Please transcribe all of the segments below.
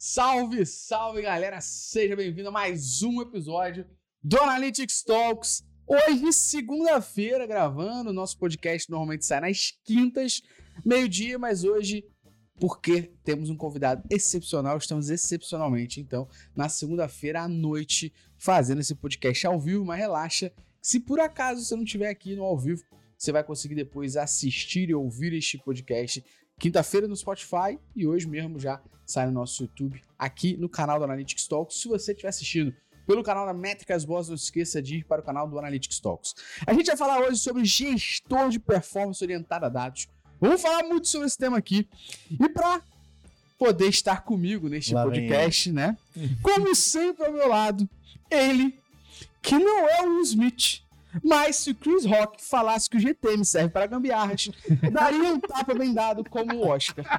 Salve, salve galera, seja bem-vindo a mais um episódio do Analytics Talks. Hoje, segunda-feira, gravando, nosso podcast normalmente sai nas quintas, meio-dia, mas hoje, porque temos um convidado excepcional, estamos excepcionalmente, então, na segunda-feira à noite, fazendo esse podcast ao vivo, mas relaxa, se por acaso você não estiver aqui no ao vivo, você vai conseguir depois assistir e ouvir este podcast quinta-feira no Spotify e hoje mesmo já sai no nosso YouTube, aqui no canal do Analytics Talks. Se você estiver assistindo pelo canal da Métricas Boas, não esqueça de ir para o canal do Analytics Talks. A gente vai falar hoje sobre gestor de performance orientada a dados. Vamos falar muito sobre esse tema aqui. E para poder estar comigo neste podcast, né? Como sempre ao meu lado, ele, que não é o Will Smith, mas se o Chris Rock falasse que o GTM serve para gambiarras, daria um tapa bem dado como o Oscar.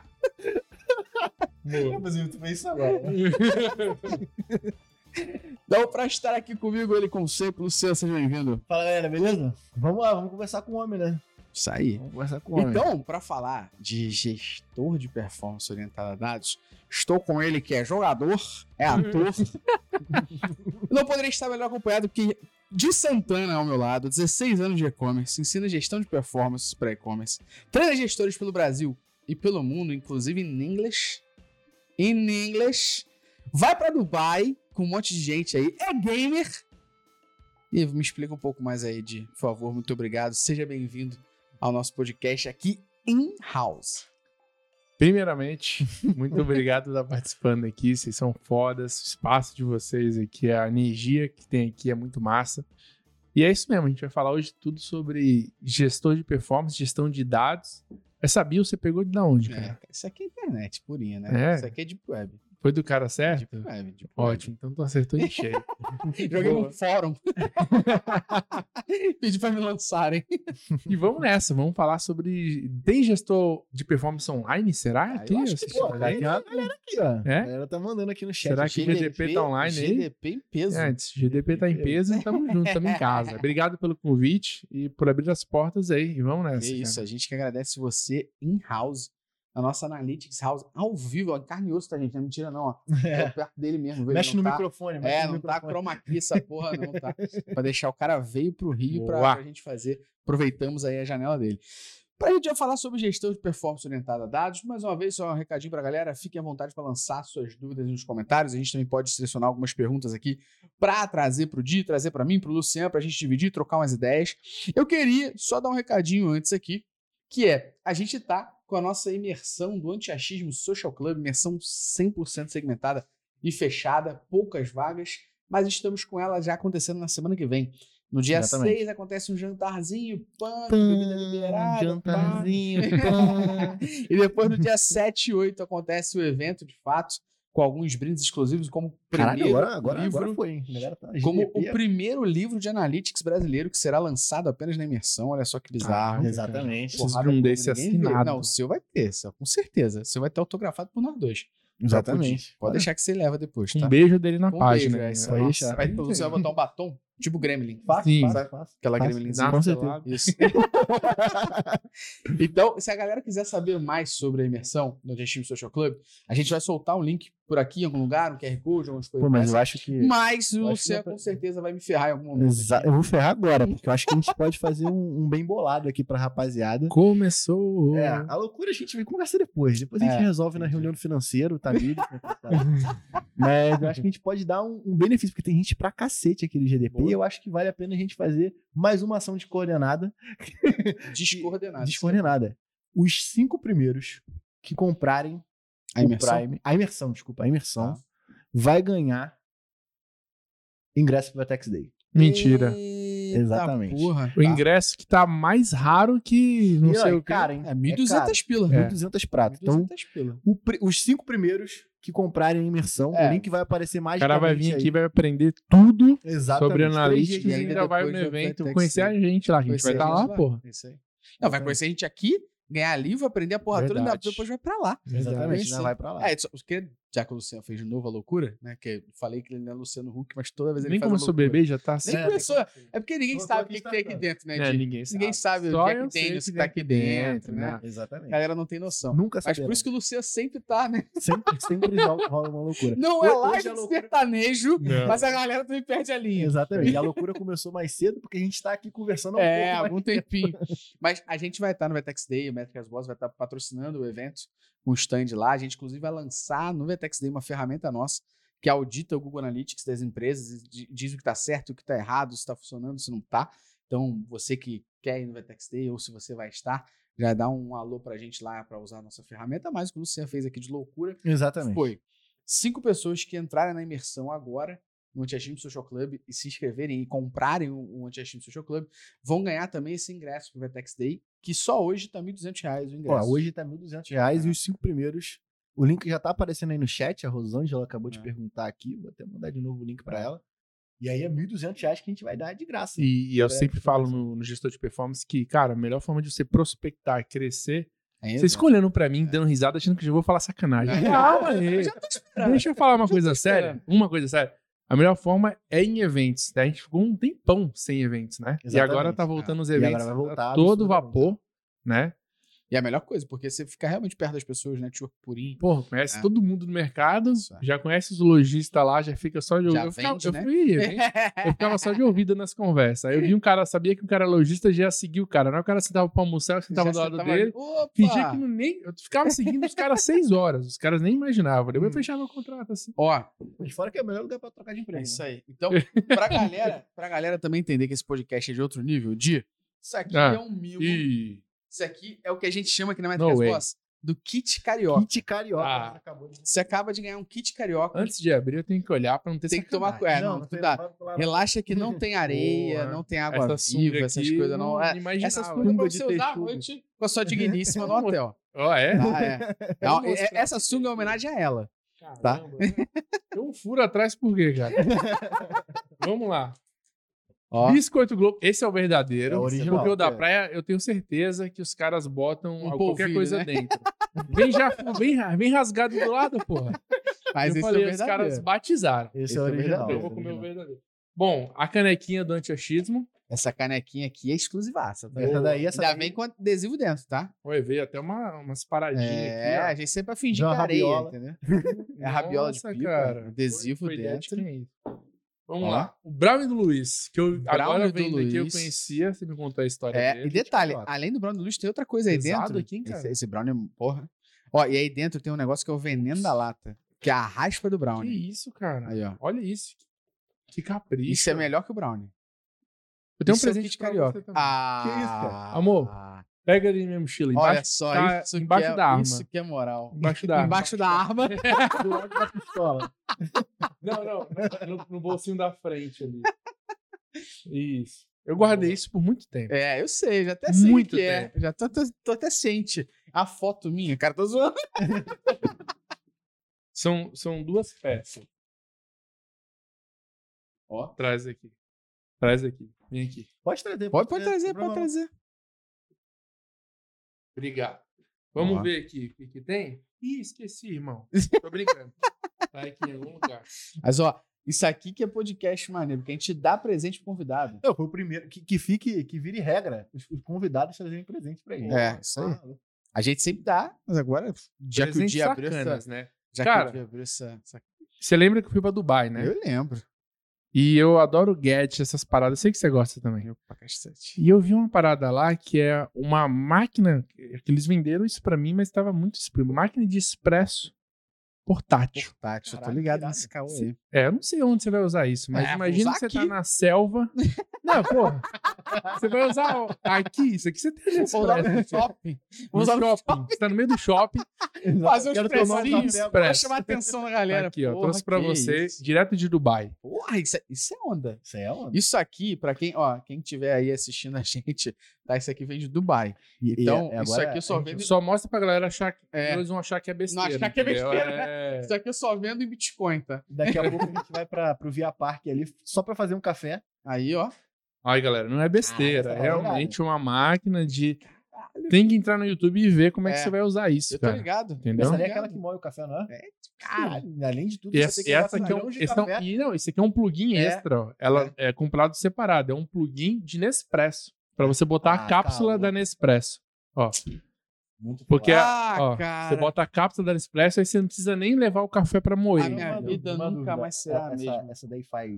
Eu fazia muito bem isso agora. Então, para estar aqui comigo, ele como sempre, Luciano, seja bem-vindo. Fala galera, beleza? Vamos lá, vamos conversar com o homem, né? Isso aí. Vamos conversar com o homem. Então, para falar de gestor de performance orientada a dados, estou com ele que é jogador, é ator. Não poderia estar melhor acompanhado que de Santana ao meu lado, 16 anos de e-commerce, ensina gestão de performance para e-commerce, treina gestores pelo Brasil e pelo mundo, inclusive em inglês. Vai para Dubai com um monte de gente aí, é gamer. E me explica um pouco mais aí, Di, por favor, muito obrigado. Seja bem-vindo ao nosso podcast aqui in-house. Primeiramente, muito obrigado por estar participando aqui, vocês são fodas, o espaço de vocês aqui, a energia que tem aqui é muito massa. E é isso mesmo, a gente vai falar hoje tudo sobre gestor de performance, gestão de dados. Essa bio você pegou de onde, cara? Isso aqui é internet purinha, né? Isso aqui é Deep Web. Foi do cara certo? Deep Web. Ótimo, então tu acertou em cheio. Joguei no fórum. Pedi pra me lançarem. E vamos nessa, vamos falar sobre... Tem gestor de performance online, será? Eu acho que, Tem uma galera aqui, ó. É? A galera tá mandando aqui no chat. Será que o GDP tá online aí? GDP em peso. Se o GDP tá em peso, tamo junto, tamo em casa. Obrigado pelo convite e por abrir as portas aí. E vamos nessa. É isso, cara. a gente que agradece você in-house, na nossa Analytics House, ao vivo, ó, em carne e osso, tá, gente? Não é mentira, não, ó. Tô perto dele mesmo. Mexe no microfone. Não tá chroma key essa porra, não, tá? Pra deixar o cara veio pro Rio pra gente fazer. Aproveitamos aí a janela dele. Pra gente já falar sobre gestão de performance orientada a dados, mais uma vez, só um recadinho pra galera, fiquem à vontade para lançar suas dúvidas nos comentários, a gente também pode selecionar algumas perguntas aqui pra trazer pro Di, trazer pra mim, pro Luciano, pra gente dividir, trocar umas ideias. Eu queria só dar um recadinho antes aqui, que é, a gente tá com a nossa imersão do Antiachismo Social Club, imersão 100% segmentada e fechada, poucas vagas, mas estamos com ela já acontecendo na semana que vem. No dia 6 acontece um jantarzinho, bebida liberada. Jantarzinho, E depois no dia 7 e 8 acontece o evento, de fato, com alguns brindes exclusivos, como o primeiro agora foi, hein? Como o primeiro livro de Analytics brasileiro que será lançado apenas na imersão. Olha só que bizarro. Exatamente. Preciso de um desse assinado. Não, o seu vai ter, com certeza. O seu vai ter autografado por nós dois. Exatamente. Pode deixar que você leva depois, tá? Um beijo dele na página. Beijo, você vai botar um batom, tipo Gremlin. Sim. Aquela Gremlinzinha. Com certeza. Isso. Então, se a galera quiser saber mais sobre a imersão do Antiachismo Social Club, a gente vai soltar um link por aqui em algum lugar, um QR Code, algumas coisas. Mas eu acho que... Mas o Luciano com certeza vai me ferrar em algum momento. Eu vou ferrar agora, porque eu acho que a gente pode fazer um bem bolado aqui pra rapaziada. Começou! A loucura a gente conversa depois. Depois a gente resolve na reunião do financeiro, tá lido. Mas eu acho que a gente pode dar um benefício, porque tem gente pra cacete aqui no GDP. E eu acho que vale a pena a gente fazer mais uma ação descoordenada. Descoordenada. Os 5 primeiros que comprarem a imersão, vai ganhar ingresso pro Vertex Day. Mentira. Exatamente. Porra, O ingresso que tá mais raro que não sei o que. Cara, hein? É 1.200 pila. 1.200 pratos. Então, pila. os 5 primeiros que comprarem a imersão, o link vai aparecer mais. O cara vai vir aqui e vai aprender tudo sobre analytics e e ainda vai no depois evento vai ter conhecer a gente lá. A gente vai estar lá, porra. Isso aí. Não, vai conhecer a gente aqui, ganhar livro, aprender a porra toda e depois vai pra lá. Exatamente, não vai pra lá. Só queria já que o Luciano fez de novo a loucura, né? Que eu falei que ele não é Luciano Huck, mas toda vez ele Nem faz começou a loucura. beber, já tá assim. Nem começou. É porque ninguém Colocou sabe o aqui que tem aqui dentro, né? Di? Ninguém sabe Só o que é eu que tem, sei o que que tá aqui dentro, né? A Exatamente. galera não tem noção. Nunca Mas saberá. por isso que o Luciano sempre tá, né? Sempre rola uma loucura. Não é Hoje live a de loucura- sertanejo, Não. mas a galera também perde a linha. Exatamente. E a loucura começou mais cedo porque a gente tá aqui conversando há um É, pouco. algum tempinho. Mas a gente vai estar no Vetex Day, o Métricas Boss vai estar patrocinando o evento, um stand lá. A gente, inclusive, vai lançar no Vetex Day uma ferramenta nossa que audita o Google Analytics das empresas e diz o que está certo, o que está errado, se está funcionando, se não está. Então, você que quer ir no Vetex Day ou se você vai estar, já dá um alô pra gente lá para usar a nossa ferramenta. Mas o que o Luciano fez aqui de loucura Exatamente. foi 5 pessoas que entrarem na imersão agora no Anti-Aging Social Club e se inscreverem e comprarem o Anti-Aging Social Club, vão ganhar também esse ingresso pro Vetex Day, que só hoje tá R$ 1.200 o ingresso. Ó, hoje tá R$1.200 e os 5 primeiros. O link já tá aparecendo aí no chat. A Rosângela acabou de perguntar aqui. Vou até mandar de novo o link pra ela. E aí é R$1.200 que a gente vai dar de graça. E eu É, sempre que falo começa. no gestor de performance que, cara, a melhor forma de você prospectar, crescer, É, você escolhendo pra mim, dando risada, achando que eu vou falar sacanagem. Calma aí. Deixa eu falar uma coisa séria. Uma coisa séria. A melhor forma é em eventos. Né? A gente ficou um tempão sem eventos, né? E Exatamente. agora tá voltando os E eventos. agora vai voltar a todo absurdamente. vapor, né? E é a melhor coisa, porque você fica realmente perto das pessoas, né? Network purinho. Pô, conhece É. todo mundo no mercado, Isso é. já conhece os lojistas lá, já fica só de Já ouvido. vende, né? Eu ficava só de ouvido nas conversas. Aí eu vi um cara, sabia que o cara era lojista, já seguia o cara. Não, o cara sentava pra almoçar, eu sentava do lado dele. Opa! Fingia que nem. Eu ficava seguindo os caras 6 horas. Os caras nem imaginavam. Depois eu fechava o contrato assim. Ó, Mas fora que é o melhor lugar pra trocar de é emprego. isso né? aí. Então, pra galera também entender que esse podcast é de outro nível, isso aqui Ah. é um mimo. E. Isso aqui é o que a gente chama aqui na No Métricas way. Boss do kit carioca. Kit carioca. Ah. você acabou de- Você acaba de ganhar um kit carioca. Antes de abrir, eu tenho que olhar pra não ter Tem que tomar sacanagem. cuidado. Não tem- dá. vai pular- Relaxa que não tem areia, Porra. não tem água Essa sunga viva, essas aqui, coisas não. não imaginava. Essa sunga é Sunga pra de você usar à texugo. noite com a sua digníssima no hotel. Ó, é? Ah, é. Quero mostrar Essa aqui. sunga é homenagem a ela. Caramba. Tem um furo atrás por quê, cara? Vamos lá. Ó, Biscoito Globo. Esse é o verdadeiro. É o original, Porque o da é. praia, eu tenho certeza que os caras botam Um qualquer polvilho, coisa né? dentro. Vem rasgado do lado, porra. mas eu esse falei, é o os caras verdadeiro. batizaram. Esse é o original. verdadeiro. Eu vou comer o verdadeiro. Bom, a canequinha do antiachismo. Essa canequinha aqui é exclusivaça. Tá? Essa daí, essa Ainda daí- vem com adesivo dentro, tá? Oi, veio até umas paradinhas É, aqui, a gente sempre vai fingir Já que é uma areia, rabiola. entendeu? ó. É a rabiola de Nossa, pipa, cara. adesivo Foi ideia dentro. de quem é isso? Vamos Ó. lá. O Brownie do Luiz, que eu agora do vendo aqui, eu Luiz. conhecia, você me contou a história É, dele. e detalhe, carioca. além do brownie do Luiz, tem outra coisa aí Pesado dentro. aqui, hein, cara? Esse brownie, porra. Ó, e aí dentro tem um negócio que é o veneno da lata, que é a raspa do Que brownie. isso, cara? Aí, ó. Olha isso. Que capricho. Isso é melhor que o brownie. Eu tenho um Isso é o presente kit pra carioca. você também. Ah, Que isso, cara? Amor, Pega ali na minha mochila. olha Embaixo, só, tá isso, embaixo que é, da arma. isso que é moral. Embaixo da arma. Embaixo da arma. Do lado da pistola. Não. No bolsinho da frente ali. Isso. Eu guardei isso por muito tempo. É, eu sei, já até sei Muito o que é. Já tô até ciente. A foto minha, cara, tô zoando. São duas peças. Ó. Traz aqui. Traz aqui. Vem aqui. Pode trazer. Pode não trazer, tem pode problema. trazer. Obrigado. Vamos Ó. ver aqui o que tem. Ih, esqueci, irmão. Tô brincando. Tá aqui em algum lugar. Mas, ó, isso aqui que é podcast maneiro, porque a gente dá presente pro convidado. Não, foi o primeiro. Que vire regra os convidados trazerem presente pra ele. É, isso aí. A gente sempre dá, mas agora, já que o Presentes dia abriu sacanas, essa... né? Já Cara, que o dia abriu essa... Você lembra que eu fui pra Dubai, né? Eu lembro. E eu adoro gadgets, essas paradas. Eu sei que você gosta também. Eu pra cacete. E eu vi uma parada lá que é uma máquina, que eles venderam isso pra mim, mas estava muito explícito. Máquina de expresso portátil. Portátil, eu tô Caralho, ligado irado. nesse caô aí. É, eu não sei onde você vai usar isso, mas É, vou imagina usar que você aqui. tá na selva. Não, porra. Você vai usar aqui, isso aqui você tem Vou usar no expresso. shopping. Vou No usar no shopping. Você tá no meio do shopping. Fazer uns Quero tomar um pressinhos café pra expresso. chamar a atenção da galera. Aqui, ó. Porra, Trouxe pra que você, isso. direto de Dubai. Porra, isso é onda. Isso aí é onda. Isso aqui, pra quem, ó, quem tiver aí assistindo a gente, tá? Isso aqui vem de Dubai. Então, isso agora aqui eu só a gente- vendo. Só mostra pra galera achar que eles vão achar que é Não besteira. achar que é entendeu? besteira, É. Isso aqui eu só vendo em Bitcoin, tá? Daqui a pouco a gente vai pro Via Parque ali só pra fazer um café. Aí, ó. Aí, galera, não é besteira. Ah, É essa é realmente uma máquina de Tem que entrar no YouTube e ver como é que você vai usar isso, Eu tô cara. ligado. Entendeu? Essa ali é aquela que moe o café, não é? Cara, Além de tudo, E você tem que essa botar aqui grãos de café. esse aqui é um plugin extra. Ó. Ela é comprado separado. É um plugin de Nespresso. Pra você botar a cápsula da Nespresso. Ó. Muito Porque Ah, cara. você bota a cápsula da Nespresso, aí você não precisa nem levar o café pra moer. A minha vida nunca mais será a mesma. Essa daí faz...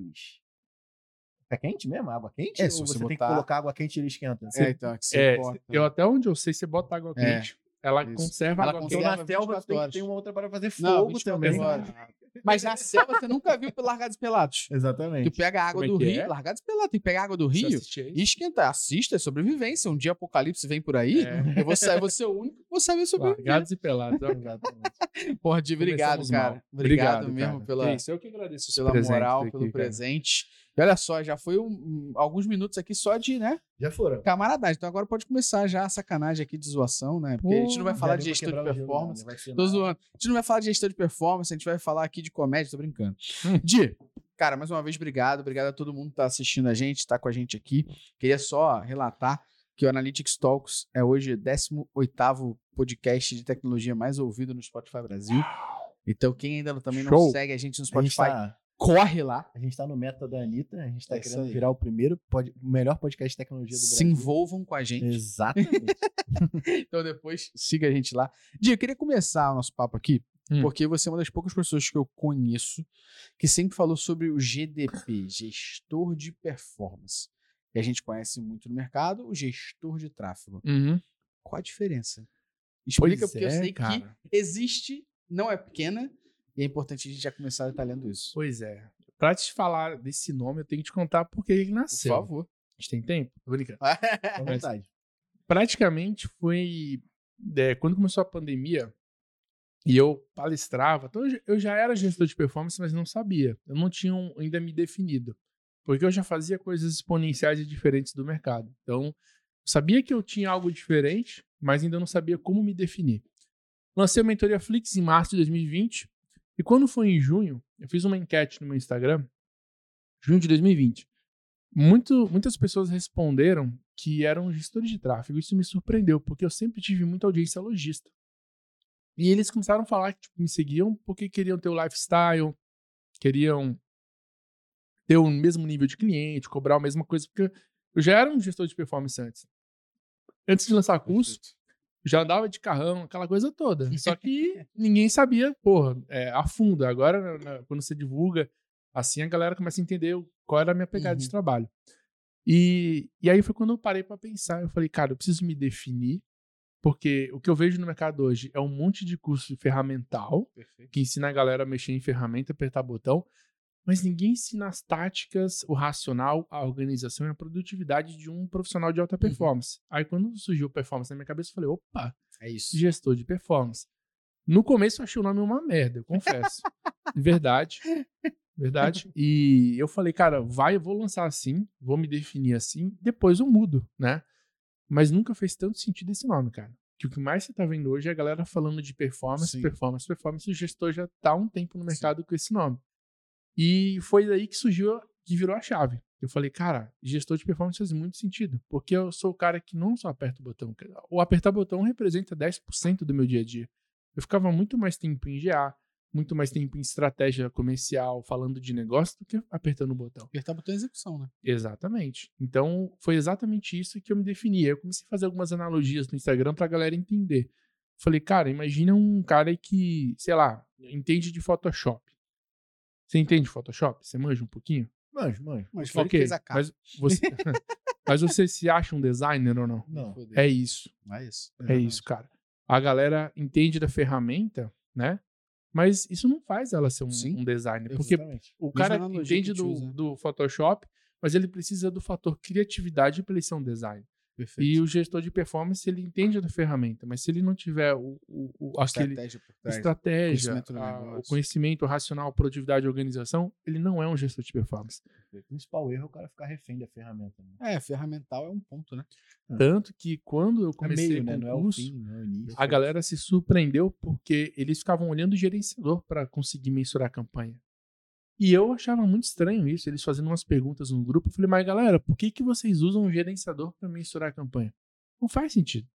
É quente mesmo? Água quente? É, se ou você você tem que botar- colocar água quente e ele esquenta? Então, que você bota. eu até onde eu sei, você bota água quente, ela isso. conserva Ela água Então conserva quente. na selva 24 tem que horas. ter uma outra para fazer Não, fogo 24 também. horas. Mas na selva você nunca viu Largados e Pelados. Tu Exatamente. pega a água Como é do que rio, é? Largados e Pelados, tem que pegar a água do Você rio assiste aí? e esquentar. Assista, é sobrevivência. Um dia apocalipse vem por aí, eu vou ser o único que vou saber sobreviver. Largados e pelados. ó. Exatamente. Porra, de obrigado, Começamos cara. mal. Obrigado mesmo cara. pela, Que isso, eu que agradeço os pela presentes moral, aqui, pelo cara. presente. E olha só, já foi alguns minutos aqui só de, né, Já foram. camaradagem. Então agora pode começar já a sacanagem aqui de zoação, né? Porque a gente não vai falar de gestão de performance. Tô zoando. A gente não vai falar de gestão de performance, a gente vai falar aqui de comédia, tô brincando. Di, cara, mais uma vez, obrigado. Obrigado a todo mundo que tá assistindo a gente, tá com a gente aqui. Queria só relatar que o Analytics Talks é hoje o 18º podcast de tecnologia mais ouvido no Spotify Brasil. Então, quem ainda também não Show. segue a gente no A gente, Spotify, corre lá. a gente tá no meta da Anitta, a gente tá É isso querendo aí. virar o melhor podcast de tecnologia do Se Brasil. envolvam com a gente. Exatamente. Então depois siga a gente lá. Di, eu queria começar o nosso papo aqui, porque você é uma das poucas pessoas que eu conheço que sempre falou sobre o GDP, gestor de performance. Que a gente conhece muito no mercado, o gestor de tráfego. Uhum. Qual a diferença? Explica, Pois porque eu é, sei cara. que existe, não é pequena, e é importante a gente já começar detalhando isso. Pois é. Pra te falar desse nome, eu tenho que te contar porque ele Por nasceu. favor. A gente tem tempo? Tô brincando. À vontade. Praticamente foi quando começou a pandemia e eu palestrava. Então eu já era gestor de performance, mas não sabia. Eu não tinha ainda me definido. Porque eu já fazia coisas exponenciais e diferentes do mercado. Então, eu sabia que eu tinha algo diferente, mas ainda não sabia como me definir. Lancei a mentoria Flix em março de 2020. E quando foi em junho, eu fiz uma enquete no meu Instagram. Junho de 2020. Muitas pessoas responderam que eram gestores de tráfego. Isso me surpreendeu, porque eu sempre tive muita audiência lojista. E eles começaram a falar que me seguiam porque queriam ter o lifestyle, queriam ter o mesmo nível de cliente, cobrar a mesma coisa, porque eu já era um gestor de performance antes. Antes de lançar curso, já andava de carrão, aquela coisa toda. Só que ninguém sabia, a fundo. Agora, quando você divulga, assim a galera começa a entender qual era a minha pegada de trabalho. E aí foi quando eu parei pra pensar. Eu falei, cara, eu preciso me definir, porque o que eu vejo no mercado hoje é um monte de curso ferramental, que ensina a galera a mexer em ferramenta, apertar botão, mas ninguém ensina as táticas, o racional, a organização e a produtividade de um profissional de alta performance. Aí quando surgiu performance na minha cabeça, eu falei, opa, É isso. gestor de performance. No começo eu achei o nome uma merda, eu confesso. Verdade. E eu falei, cara, eu vou lançar assim, vou me definir assim, depois eu mudo, né? Mas nunca fez tanto sentido esse nome, cara. Que o que mais você tá vendo hoje é a galera falando de performance, Sim. performance. O gestor já tá há um tempo no mercado com esse nome. E foi daí que surgiu, que virou a chave. Eu falei, cara, gestor de performance faz muito sentido, porque eu sou o cara que não só aperta o botão. O apertar botão representa 10% do meu dia a dia. Eu ficava muito mais tempo em GA, muito mais tempo em estratégia comercial, falando de negócio, do que apertando o botão. Apertar o botão de execução, né? Exatamente. Então, foi exatamente isso que eu me defini. Eu comecei a fazer algumas analogias no Instagram pra galera entender. Falei, cara, imagina um cara que, sei lá, entende de Photoshop. Você entende de Photoshop? Você manja um pouquinho? Manjo. Mas foi ele que Ok, fez a capa. mas você se acha um designer ou não? Não. É isso. É isso. É isso, cara. A galera entende da ferramenta, né? Mas isso não faz ela ser um designer. Porque Exatamente. o cara analogia entende que a gente usa. do Photoshop, mas ele precisa do fator criatividade para ele ser um design. Perfeito. E o gestor de performance, ele entende da ferramenta, mas se ele não tiver aquele Estratégia por trás. estratégia, conhecimento do o negócio. conhecimento racional, produtividade e organização, ele não é um gestor de performance. O principal erro é o cara ficar refém da ferramenta. Né? Ferramental é um ponto, né? Tanto que quando eu É comecei meio, com né? o Não é o curso, fim, não é o início. a galera se surpreendeu porque eles ficavam olhando o gerenciador para conseguir mensurar a campanha. E eu achava muito estranho isso, eles fazendo umas perguntas no grupo. Eu falei, mas galera, por que vocês usam o gerenciador para mensurar a campanha? Não faz sentido.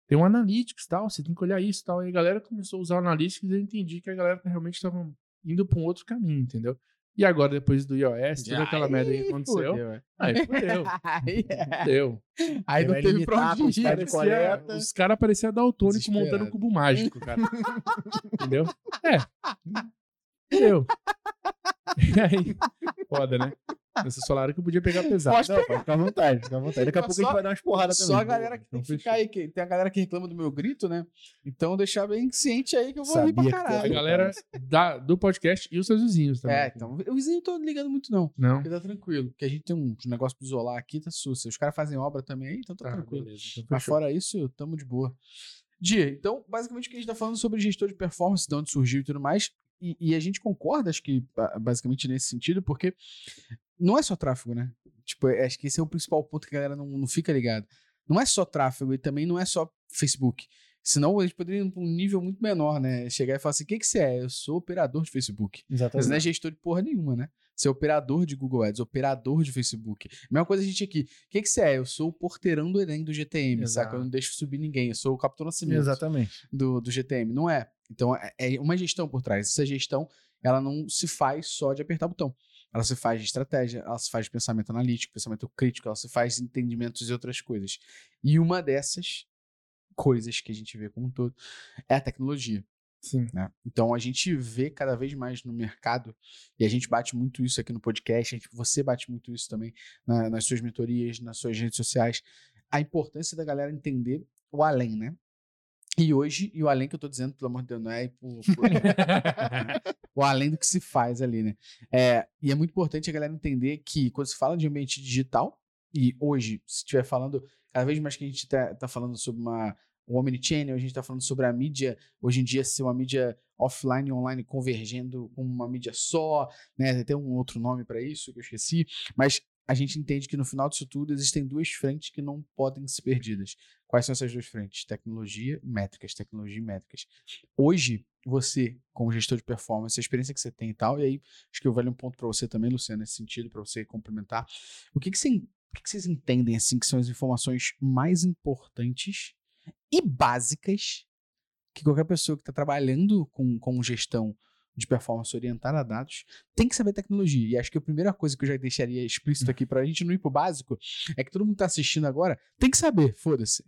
tem um Analytics e tal, você tem que olhar isso e tal. Aí a galera começou a usar o Analytics e eu entendi que a galera realmente estava indo para um outro caminho, entendeu? E agora, depois do iOS, toda aquela merda que aconteceu, aí fudeu. Fudeu. Aí não teve pra onde ir. Os caras pareciam daltônico montando um cubo mágico, cara. Entendeu? Fudeu. E aí, foda, né? Esse Solari que eu podia pegar pesado. Não, pode ficar à vontade, fica à vontade. Daqui a pouco a gente vai dar umas porradas também. Só a galera que tem que ficar aí, que tem a galera que reclama do meu grito, né? Então deixar bem ciente aí que eu vou rir pra caralho. A galera do podcast e os seus vizinhos também. Então, o vizinho não tô ligando muito não. Não. Porque tá tranquilo. Porque a gente tem uns negócios pra isolar aqui, tá sussa. Os caras fazem obra também aí, então tá tranquilo. Beleza, então Mas fora isso, tamo de boa. Dia, então, basicamente o que a gente tá falando sobre gestor de performance, de onde surgiu e tudo mais, e a gente concorda, acho que, basicamente nesse sentido, porque não é só tráfego, né? Tipo, acho que esse é o principal ponto que a galera não fica ligado. Não é só tráfego e também não é só Facebook. Senão a gente poderia ir para um nível muito menor, né? Chegar e falar assim, o que você é? Eu sou operador de Facebook. Exatamente. Mas não é gestor de porra nenhuma, né? Você é operador de Google Ads, operador de Facebook. Mesma coisa a gente aqui. O que você é? Eu sou o porteirão do Enem do GTM, saca? Eu não deixo subir ninguém. Eu sou o Capitão Nascimento. Exatamente. Do GTM. Não é. Então, é uma gestão por trás. Essa gestão, ela não se faz só de apertar botão. Ela se faz de estratégia, ela se faz de pensamento analítico, pensamento crítico, ela se faz de entendimentos e outras coisas. E uma dessas coisas que a gente vê como um todo é a tecnologia. Sim. Né? Então, a gente vê cada vez mais no mercado, e a gente bate muito isso aqui no podcast, você bate muito isso também nas suas mentorias, nas suas redes sociais, a importância da galera entender o além, né? E hoje, e o além que eu tô dizendo, pelo amor de Deus, não é o além do que se faz ali, né? E é muito importante a galera entender que quando se fala de ambiente digital, e hoje, se estiver falando, cada vez mais que a gente tá falando sobre o omnichannel, a gente tá falando sobre a mídia, hoje em dia ser uma mídia offline e online convergendo com uma mídia só, né? Tem um outro nome para isso que eu esqueci, mas a gente entende que no final disso tudo existem duas frentes que não podem ser perdidas. Quais são essas duas frentes? Tecnologia e métricas. Tecnologia e métricas. Hoje, você, como gestor de performance, a experiência que você tem e tal, e aí acho que eu valho um ponto para você também, Luciano, nesse sentido, para você complementar. O que vocês entendem assim que são as informações mais importantes e básicas que qualquer pessoa que está trabalhando com gestão de performance orientada a dados, tem que saber tecnologia. E acho que a primeira coisa que eu já deixaria explícito aqui pra gente não ir pro básico é que todo mundo tá assistindo agora tem que saber, foda-se.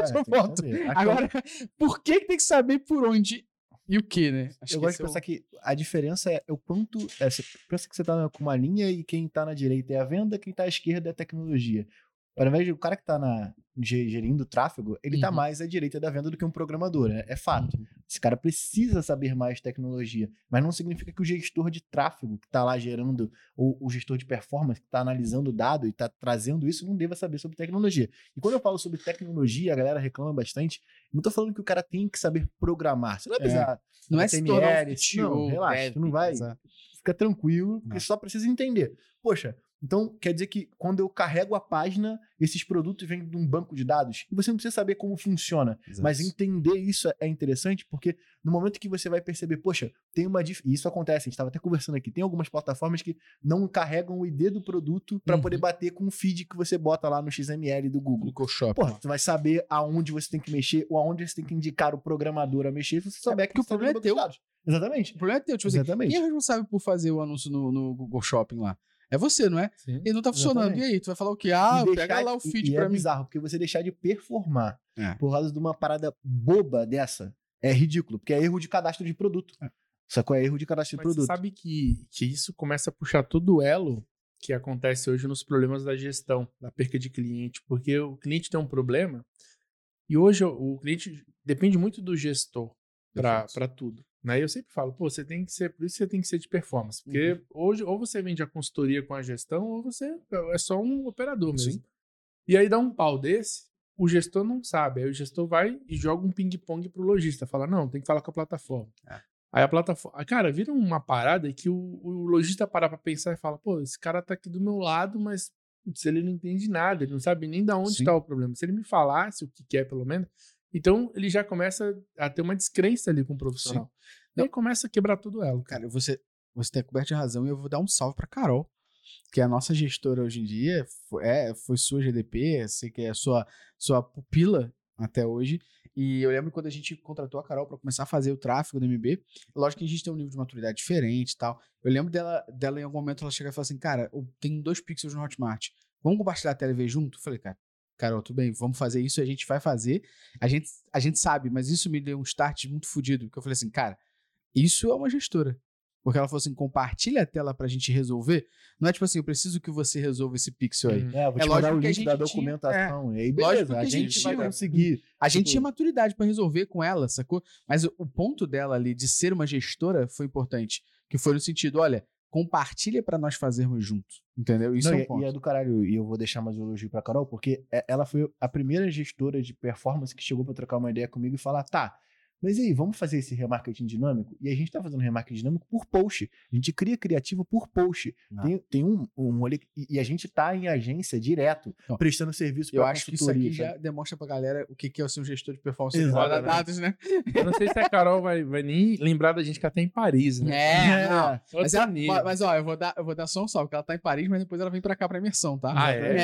Agora, por que tem que saber por onde e o que, né? Eu gosto de pensar que a diferença é o quanto... você pensa que você tá com uma linha e quem tá na direita é a venda, quem tá à esquerda é a tecnologia. Ao invés de o cara que tá gerindo o tráfego, ele tá mais à direita da venda do que um programador, é fato. Esse cara precisa saber mais de tecnologia, mas não significa que o gestor de tráfego que tá lá gerando, ou o gestor de performance que tá analisando o dado e tá trazendo isso, não deva saber sobre tecnologia. E quando eu falo sobre tecnologia, a galera reclama bastante, não tô falando que o cara tem que saber programar, você não vai precisar. Não é HTML, não, relaxa, tu não vai, fica tranquilo, porque só precisa entender. Poxa, então, quer dizer que quando eu carrego a página, esses produtos vêm de um banco de dados e você não precisa saber como funciona. Exato. Mas entender isso é interessante porque no momento que você vai perceber, poxa, tem uma... E isso acontece, a gente estava até conversando aqui, tem algumas plataformas que não carregam o ID do produto para poder bater com o feed que você bota lá no XML do Google. Google Shop. Porra, tu vai saber aonde você tem que mexer ou aonde você tem que indicar o programador a mexer se você souber que o problema é teu. Exatamente. O problema é teu. Tipo Exatamente. Assim, quem é responsável por fazer o anúncio no Google Shopping lá? É você, não é? Sim, e não tá funcionando. Exatamente. E aí? Tu vai falar o quê? Pega lá o feed pra mim. É bizarro, porque você deixar de performar por causa de uma parada boba dessa é ridículo, porque é erro de cadastro de produto. Sacou? É erro de cadastro de produto. Você sabe que isso começa a puxar todo o elo que acontece hoje nos problemas da gestão, da perca de cliente, porque o cliente tem um problema e hoje o cliente depende muito do gestor para tudo. Né? Eu sempre falo, você tem que ser, por isso você tem que ser de performance, porque hoje ou você vende a consultoria com a gestão ou você é só um operador mesmo. Sim. E aí dá um pau desse, o gestor não sabe, aí o gestor vai e joga um ping-pong pro lojista, fala, não, tem que falar com a plataforma. Aí a plataforma, cara, vira uma parada que o lojista para pra pensar e fala, esse cara tá aqui do meu lado, mas se ele não entende nada, ele não sabe nem de onde está o problema. Se ele me falasse o que é, pelo menos, então ele já começa a ter uma descrença ali com o profissional. E aí começa a quebrar tudo ela. Cara, você tem coberto de razão e eu vou dar um salve pra Carol, que é a nossa gestora hoje em dia, foi sua GDP, sei que é a sua pupila até hoje, E eu lembro quando a gente contratou a Carol pra começar a fazer o tráfego do MB, lógico que a gente tem um nível de maturidade diferente e tal. Eu lembro dela em algum momento, ela chegar e falar assim, cara, eu tenho 2 pixels no Hotmart, vamos compartilhar a tela e ver junto? Eu falei, cara, Carol, tudo bem, vamos fazer isso, a gente vai fazer. A gente sabe, mas isso me deu um start muito fodido, porque eu falei assim, cara, isso é uma gestora. Porque ela falou assim, compartilha a tela pra gente resolver. Não é tipo assim, eu preciso que você resolva esse pixel aí. Eu vou te mandar o link da documentação. E aí, beleza, a gente vai conseguir. A gente tinha maturidade pra resolver com ela, sacou? Mas o ponto dela ali de ser uma gestora foi importante. Que foi no sentido, olha, compartilha pra nós fazermos juntos. Entendeu? Isso é um ponto. E é do caralho. E eu vou deixar mais um elogio pra Carol, porque ela foi a primeira gestora de performance que chegou pra trocar uma ideia comigo e falar, tá, mas e aí, vamos fazer esse remarketing dinâmico? E a gente tá fazendo remarketing dinâmico por post. A gente cria criativo por post. Tem um olho... E a gente tá em agência direto, prestando serviço pra consultoria. Eu acho que isso aqui já demonstra pra galera o que é ser um gestor de performance de dados, né? Eu não sei se a Carol vai nem lembrar da gente que ela tá em Paris, né? Mas ó, eu vou dar só um salve, porque ela tá em Paris, mas depois ela vem pra cá pra imersão, tá?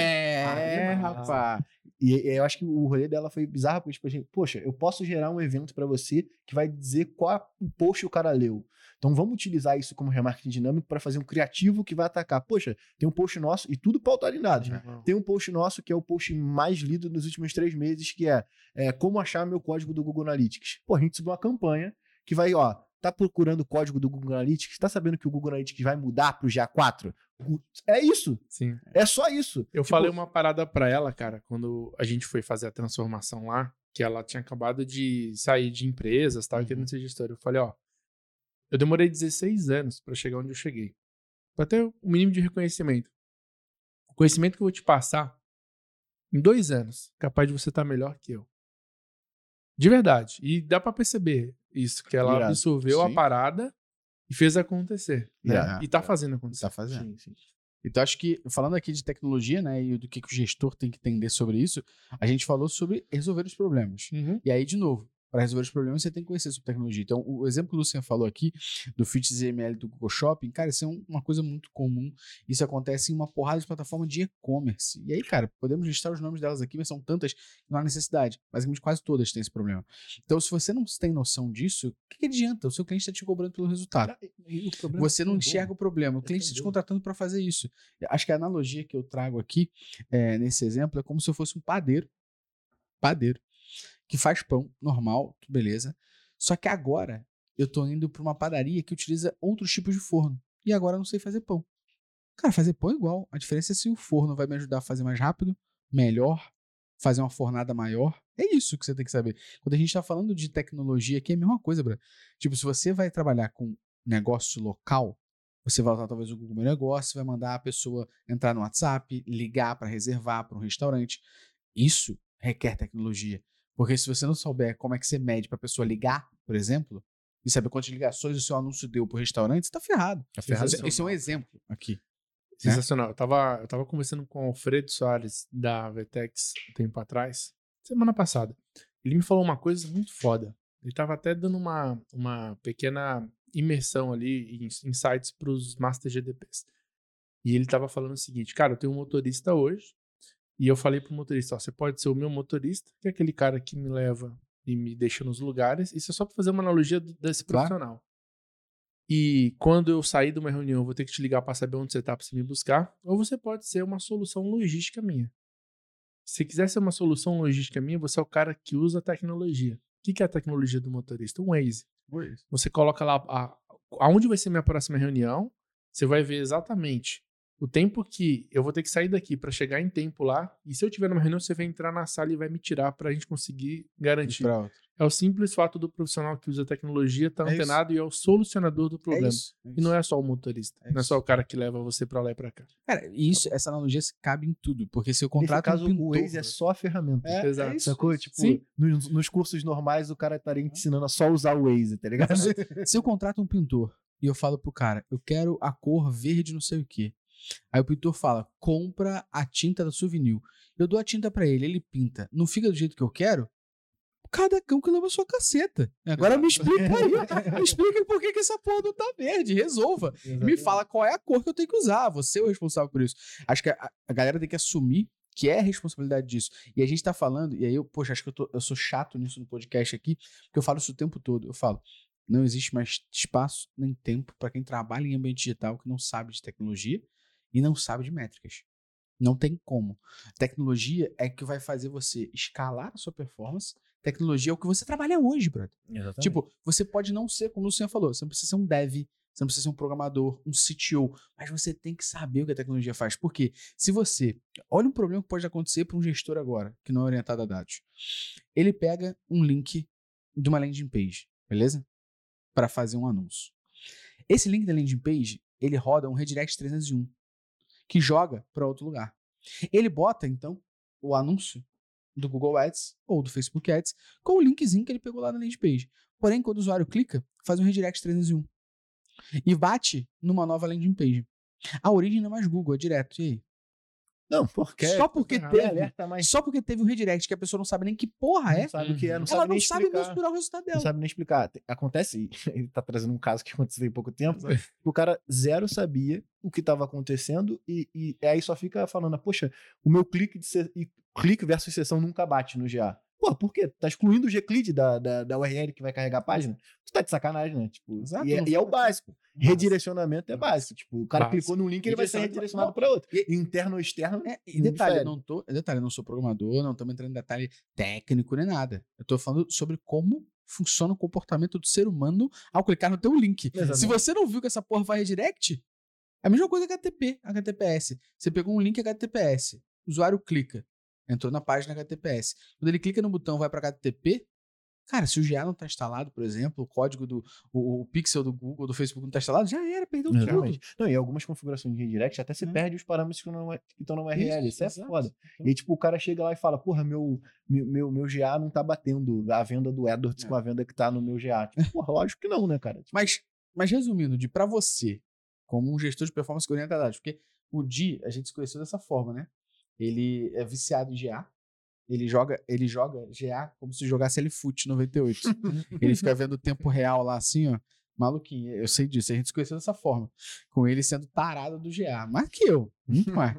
Rapaz. E eu acho que o rolê dela foi bizarro, porque, tipo, assim, poxa, eu posso gerar um evento pra você que vai dizer qual o post o cara leu. Então vamos utilizar isso como remarketing dinâmico para fazer um criativo que vai atacar. Poxa, tem um post nosso, e tudo pautado em dados. Tem um post nosso que é o post mais lido nos últimos 3 meses, que é como achar meu código do Google Analytics. Pô, a gente subiu uma campanha que vai, ó, tá procurando o código do Google Analytics, tá sabendo que o Google Analytics vai mudar pro GA4? É isso. Sim. É só isso. Eu falei uma parada pra ela, cara, quando a gente foi fazer a transformação lá, que ela tinha acabado de sair de empresas, tava querendo ser gestora. Eu falei, ó, eu demorei 16 anos pra chegar onde eu cheguei. Pra ter o mínimo de reconhecimento. O conhecimento que eu vou te passar, em 2 anos, capaz de você estar melhor que eu. De verdade. E dá pra perceber isso, que ela absorveu a parada e fez acontecer. Né? E tá fazendo acontecer. Tá fazendo. Sim. Então, acho que, falando aqui de tecnologia, né, e do que o gestor tem que entender sobre isso, a gente falou sobre resolver os problemas. E aí, de novo, para resolver os problemas, você tem que conhecer sobre tecnologia. Então, o exemplo que o Lucian falou aqui, do FitZML do Google Shopping, cara, isso é uma coisa muito comum. Isso acontece em uma porrada de plataforma de e-commerce. E aí, cara, podemos listar os nomes delas aqui, mas são tantas que não há necessidade. Basicamente, quase todas têm esse problema. Então, se você não tem noção disso, o que adianta? O seu cliente está te cobrando pelo resultado. Você não enxerga o problema. O cliente está te contratando para fazer isso. Acho que a analogia que eu trago aqui, nesse exemplo, é como se eu fosse um padeiro. Que faz pão normal, beleza. Só que agora eu tô indo para uma padaria que utiliza outros tipos de forno. E agora eu não sei fazer pão. Cara, fazer pão é igual. A diferença é se o forno vai me ajudar a fazer mais rápido, melhor, fazer uma fornada maior. É isso que você tem que saber. Quando a gente tá falando de tecnologia aqui, é a mesma coisa, bro. Tipo, se você vai trabalhar com negócio local, você vai usar talvez o Google Meu Negócio, vai mandar a pessoa entrar no WhatsApp, ligar para reservar para um restaurante. Isso requer tecnologia. Porque se você não souber como é que você mede pra pessoa ligar, por exemplo, e saber quantas ligações o seu anúncio deu pro restaurante, você tá ferrado. Esse é um exemplo aqui. Sensacional. Né? Eu tava conversando com o Alfredo Soares, da Vetex, um tempo atrás, semana passada. Ele me falou uma coisa muito foda. Ele tava até dando uma pequena imersão ali em insights pros Master GDPs. E ele tava falando o seguinte, cara, eu tenho um motorista hoje, e eu falei pro motorista, ó, você pode ser o meu motorista, que é aquele cara que me leva e me deixa nos lugares. Isso é só pra fazer uma analogia desse profissional. E quando eu sair de uma reunião, eu vou ter que te ligar pra saber onde você tá pra você me buscar. Ou você pode ser uma solução logística minha. Se quiser ser uma solução logística minha, você é o cara que usa a tecnologia. O que é a tecnologia do motorista? Um Waze. Você coloca lá aonde vai ser minha próxima reunião, você vai ver exatamente o tempo que eu vou ter que sair daqui pra chegar em tempo lá, e se eu tiver numa reunião, você vai entrar na sala e vai me tirar pra gente conseguir garantir. É o simples fato do profissional que usa a tecnologia estar antenado e é o solucionador do problema. E não é só o motorista. Não é só o cara que leva você pra lá e pra cá. Cara, isso, essa analogia cabe em tudo, porque se eu contrato um pintor, o Waze é só a ferramenta. Exato. Sacou? Tipo, nos cursos normais o cara estaria ensinando a só usar o Waze, tá ligado? Se eu contrato um pintor e eu falo pro cara, eu quero a cor verde não sei o quê. Aí o pintor fala, compra a tinta da Souvenir. Eu dou a tinta pra ele, ele pinta. Não fica do jeito que eu quero? Cada cão que leva a sua caceta. Agora me explica aí. Me explica por que essa porra não tá verde. Resolva. Me fala qual é a cor que eu tenho que usar. Você é o responsável por isso. Acho que a galera tem que assumir que é a responsabilidade disso. E a gente tá falando, e aí acho que eu sou chato nisso no podcast aqui, porque eu falo isso o tempo todo. Eu falo, não existe mais espaço nem tempo para quem trabalha em ambiente digital que não sabe de tecnologia e não sabe de métricas. Não tem como. Tecnologia é que vai fazer você escalar a sua performance. Tecnologia é o que você trabalha hoje, brother. Exatamente. Tipo, você pode não ser, como o Luciano falou, você não precisa ser um dev, você não precisa ser um programador, um CTO, mas você tem que saber o que a tecnologia faz. Por quê? Se você... Olha um problema que pode acontecer para um gestor agora, que não é orientado a dados. Ele pega um link de uma landing page, beleza? Para fazer um anúncio. Esse link da landing page, ele roda um redirect 301, que joga para outro lugar. Ele bota, então, o anúncio do Google Ads ou do Facebook Ads com o linkzinho que ele pegou lá na landing page. Porém, quando o usuário clica, faz um redirect 301 e bate numa nova landing page. A origem não é mais Google, é direto. E aí? Não, porque Só porque tem teve, alerta, mas só porque teve um redirect que a pessoa não sabe nem que porra é, não sabe o que é, não ela sabe nem não sabe explicar. mensurar o resultado dela. Não sabe nem explicar. Acontece, ele tá trazendo um caso que aconteceu há pouco tempo, o cara zero sabia o que estava acontecendo e aí só fica falando, poxa, o meu clique versus sessão nunca bate no GA. Pô, por quê? Tá excluindo o Gclid da URL que vai carregar a página? Tu tá de sacanagem, né? Tipo, Exato, e é o básico. Redirecionamento é básico. Tipo, o cara clicou num link, ele vai ser redirecionado para outro. Interno ou externo. E detalhe, eu não sou programador, não estamos entrando em detalhe técnico nem nada. Eu tô falando sobre como funciona o comportamento do ser humano ao clicar no teu link. Exatamente. Se você não viu que essa porra vai redirect, é a mesma coisa que HTTPS. Você pegou um link HTTPS, o usuário clica, entrou na página HTTPS. Quando ele clica no botão vai para HTTP, cara, se o GA não está instalado, por exemplo, o código o pixel do Google, do Facebook não está instalado, já era, perdeu tudo. Não, e algumas configurações de redirect até você perde os parâmetros que estão na URL. Isso é foda. Então... E aí, tipo, o cara chega lá e fala, porra, meu GA não tá batendo a venda do AdWords com a venda que tá no meu GA. Tipo, porra, lógico que não, né, cara? Tipo... Mas resumindo, pra você, como um gestor de performance que orienta dados, porque o Di, a gente se conheceu dessa forma, né? Ele é viciado em GA. Ele joga GA como se jogasse LFoot 98. Ele fica vendo o tempo real lá assim, ó. Maluquinho, eu sei disso. A gente se conheceu dessa forma. Com ele sendo tarado do GA. Mais que eu. Muito mais.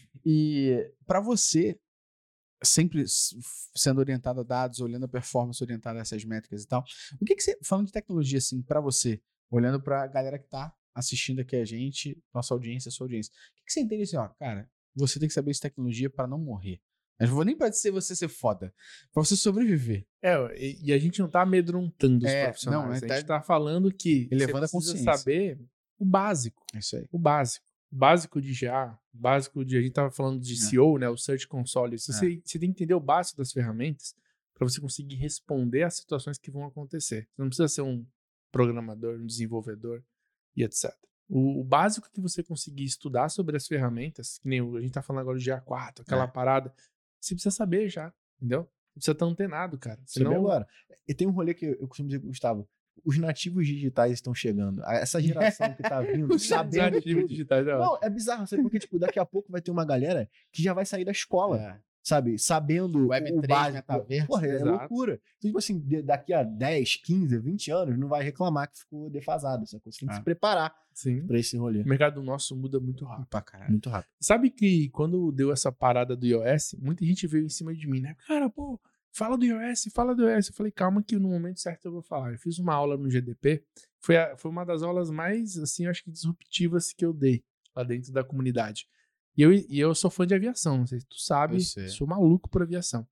E pra você, sempre sendo orientado a dados, olhando a performance orientada a essas métricas e tal, o que você, falando de tecnologia assim, pra você, olhando pra galera que tá assistindo aqui a gente, nossa audiência, sua audiência, o que você entende assim, ó, cara, você tem que saber de tecnologia pra não morrer. Mas não vou nem pra dizer você ser foda, pra você sobreviver. E a gente não tá amedrontando os profissionais. Não, a gente tá falando que elevando você a precisa consciência. saber o básico. É isso aí. O básico. O básico de GA, o básico de... A gente tava falando de SEO, né? O Search Console. Você tem que entender o básico das ferramentas pra você conseguir responder às situações que vão acontecer. Você não precisa ser um programador, um desenvolvedor e etc. O básico que você conseguir estudar sobre as ferramentas, que nem a gente tá falando agora de GA4, aquela parada, você precisa saber já, entendeu? Você precisa estar antenado, cara. Senão... Sabe agora. E tem um rolê que eu costumo dizer, Gustavo, os nativos digitais estão chegando. Essa geração que tá vindo, sabendo nativos digitais, não, é bizarro, sabe? Porque, tipo, daqui a pouco vai ter uma galera que já vai sair da escola, sabe? Sabendo Web3, o básico. metaverso. Porra, é loucura. Então, tipo assim, daqui a 10, 15, 20 anos, não vai reclamar que ficou defasado. Essa coisa. Você tem que se preparar pra esse rolê. O mercado nosso muda muito rápido. Pra caralho. Muito rápido. Sabe que quando deu essa parada do iOS, muita gente veio em cima de mim, né? Cara, pô, fala do iOS. Eu falei, calma que no momento certo eu vou falar. Eu fiz uma aula no GDP, foi uma das aulas mais, assim, eu acho que disruptivas que eu dei lá dentro da comunidade. E eu sou fã de aviação, não sei se tu sabe, sou maluco por aviação.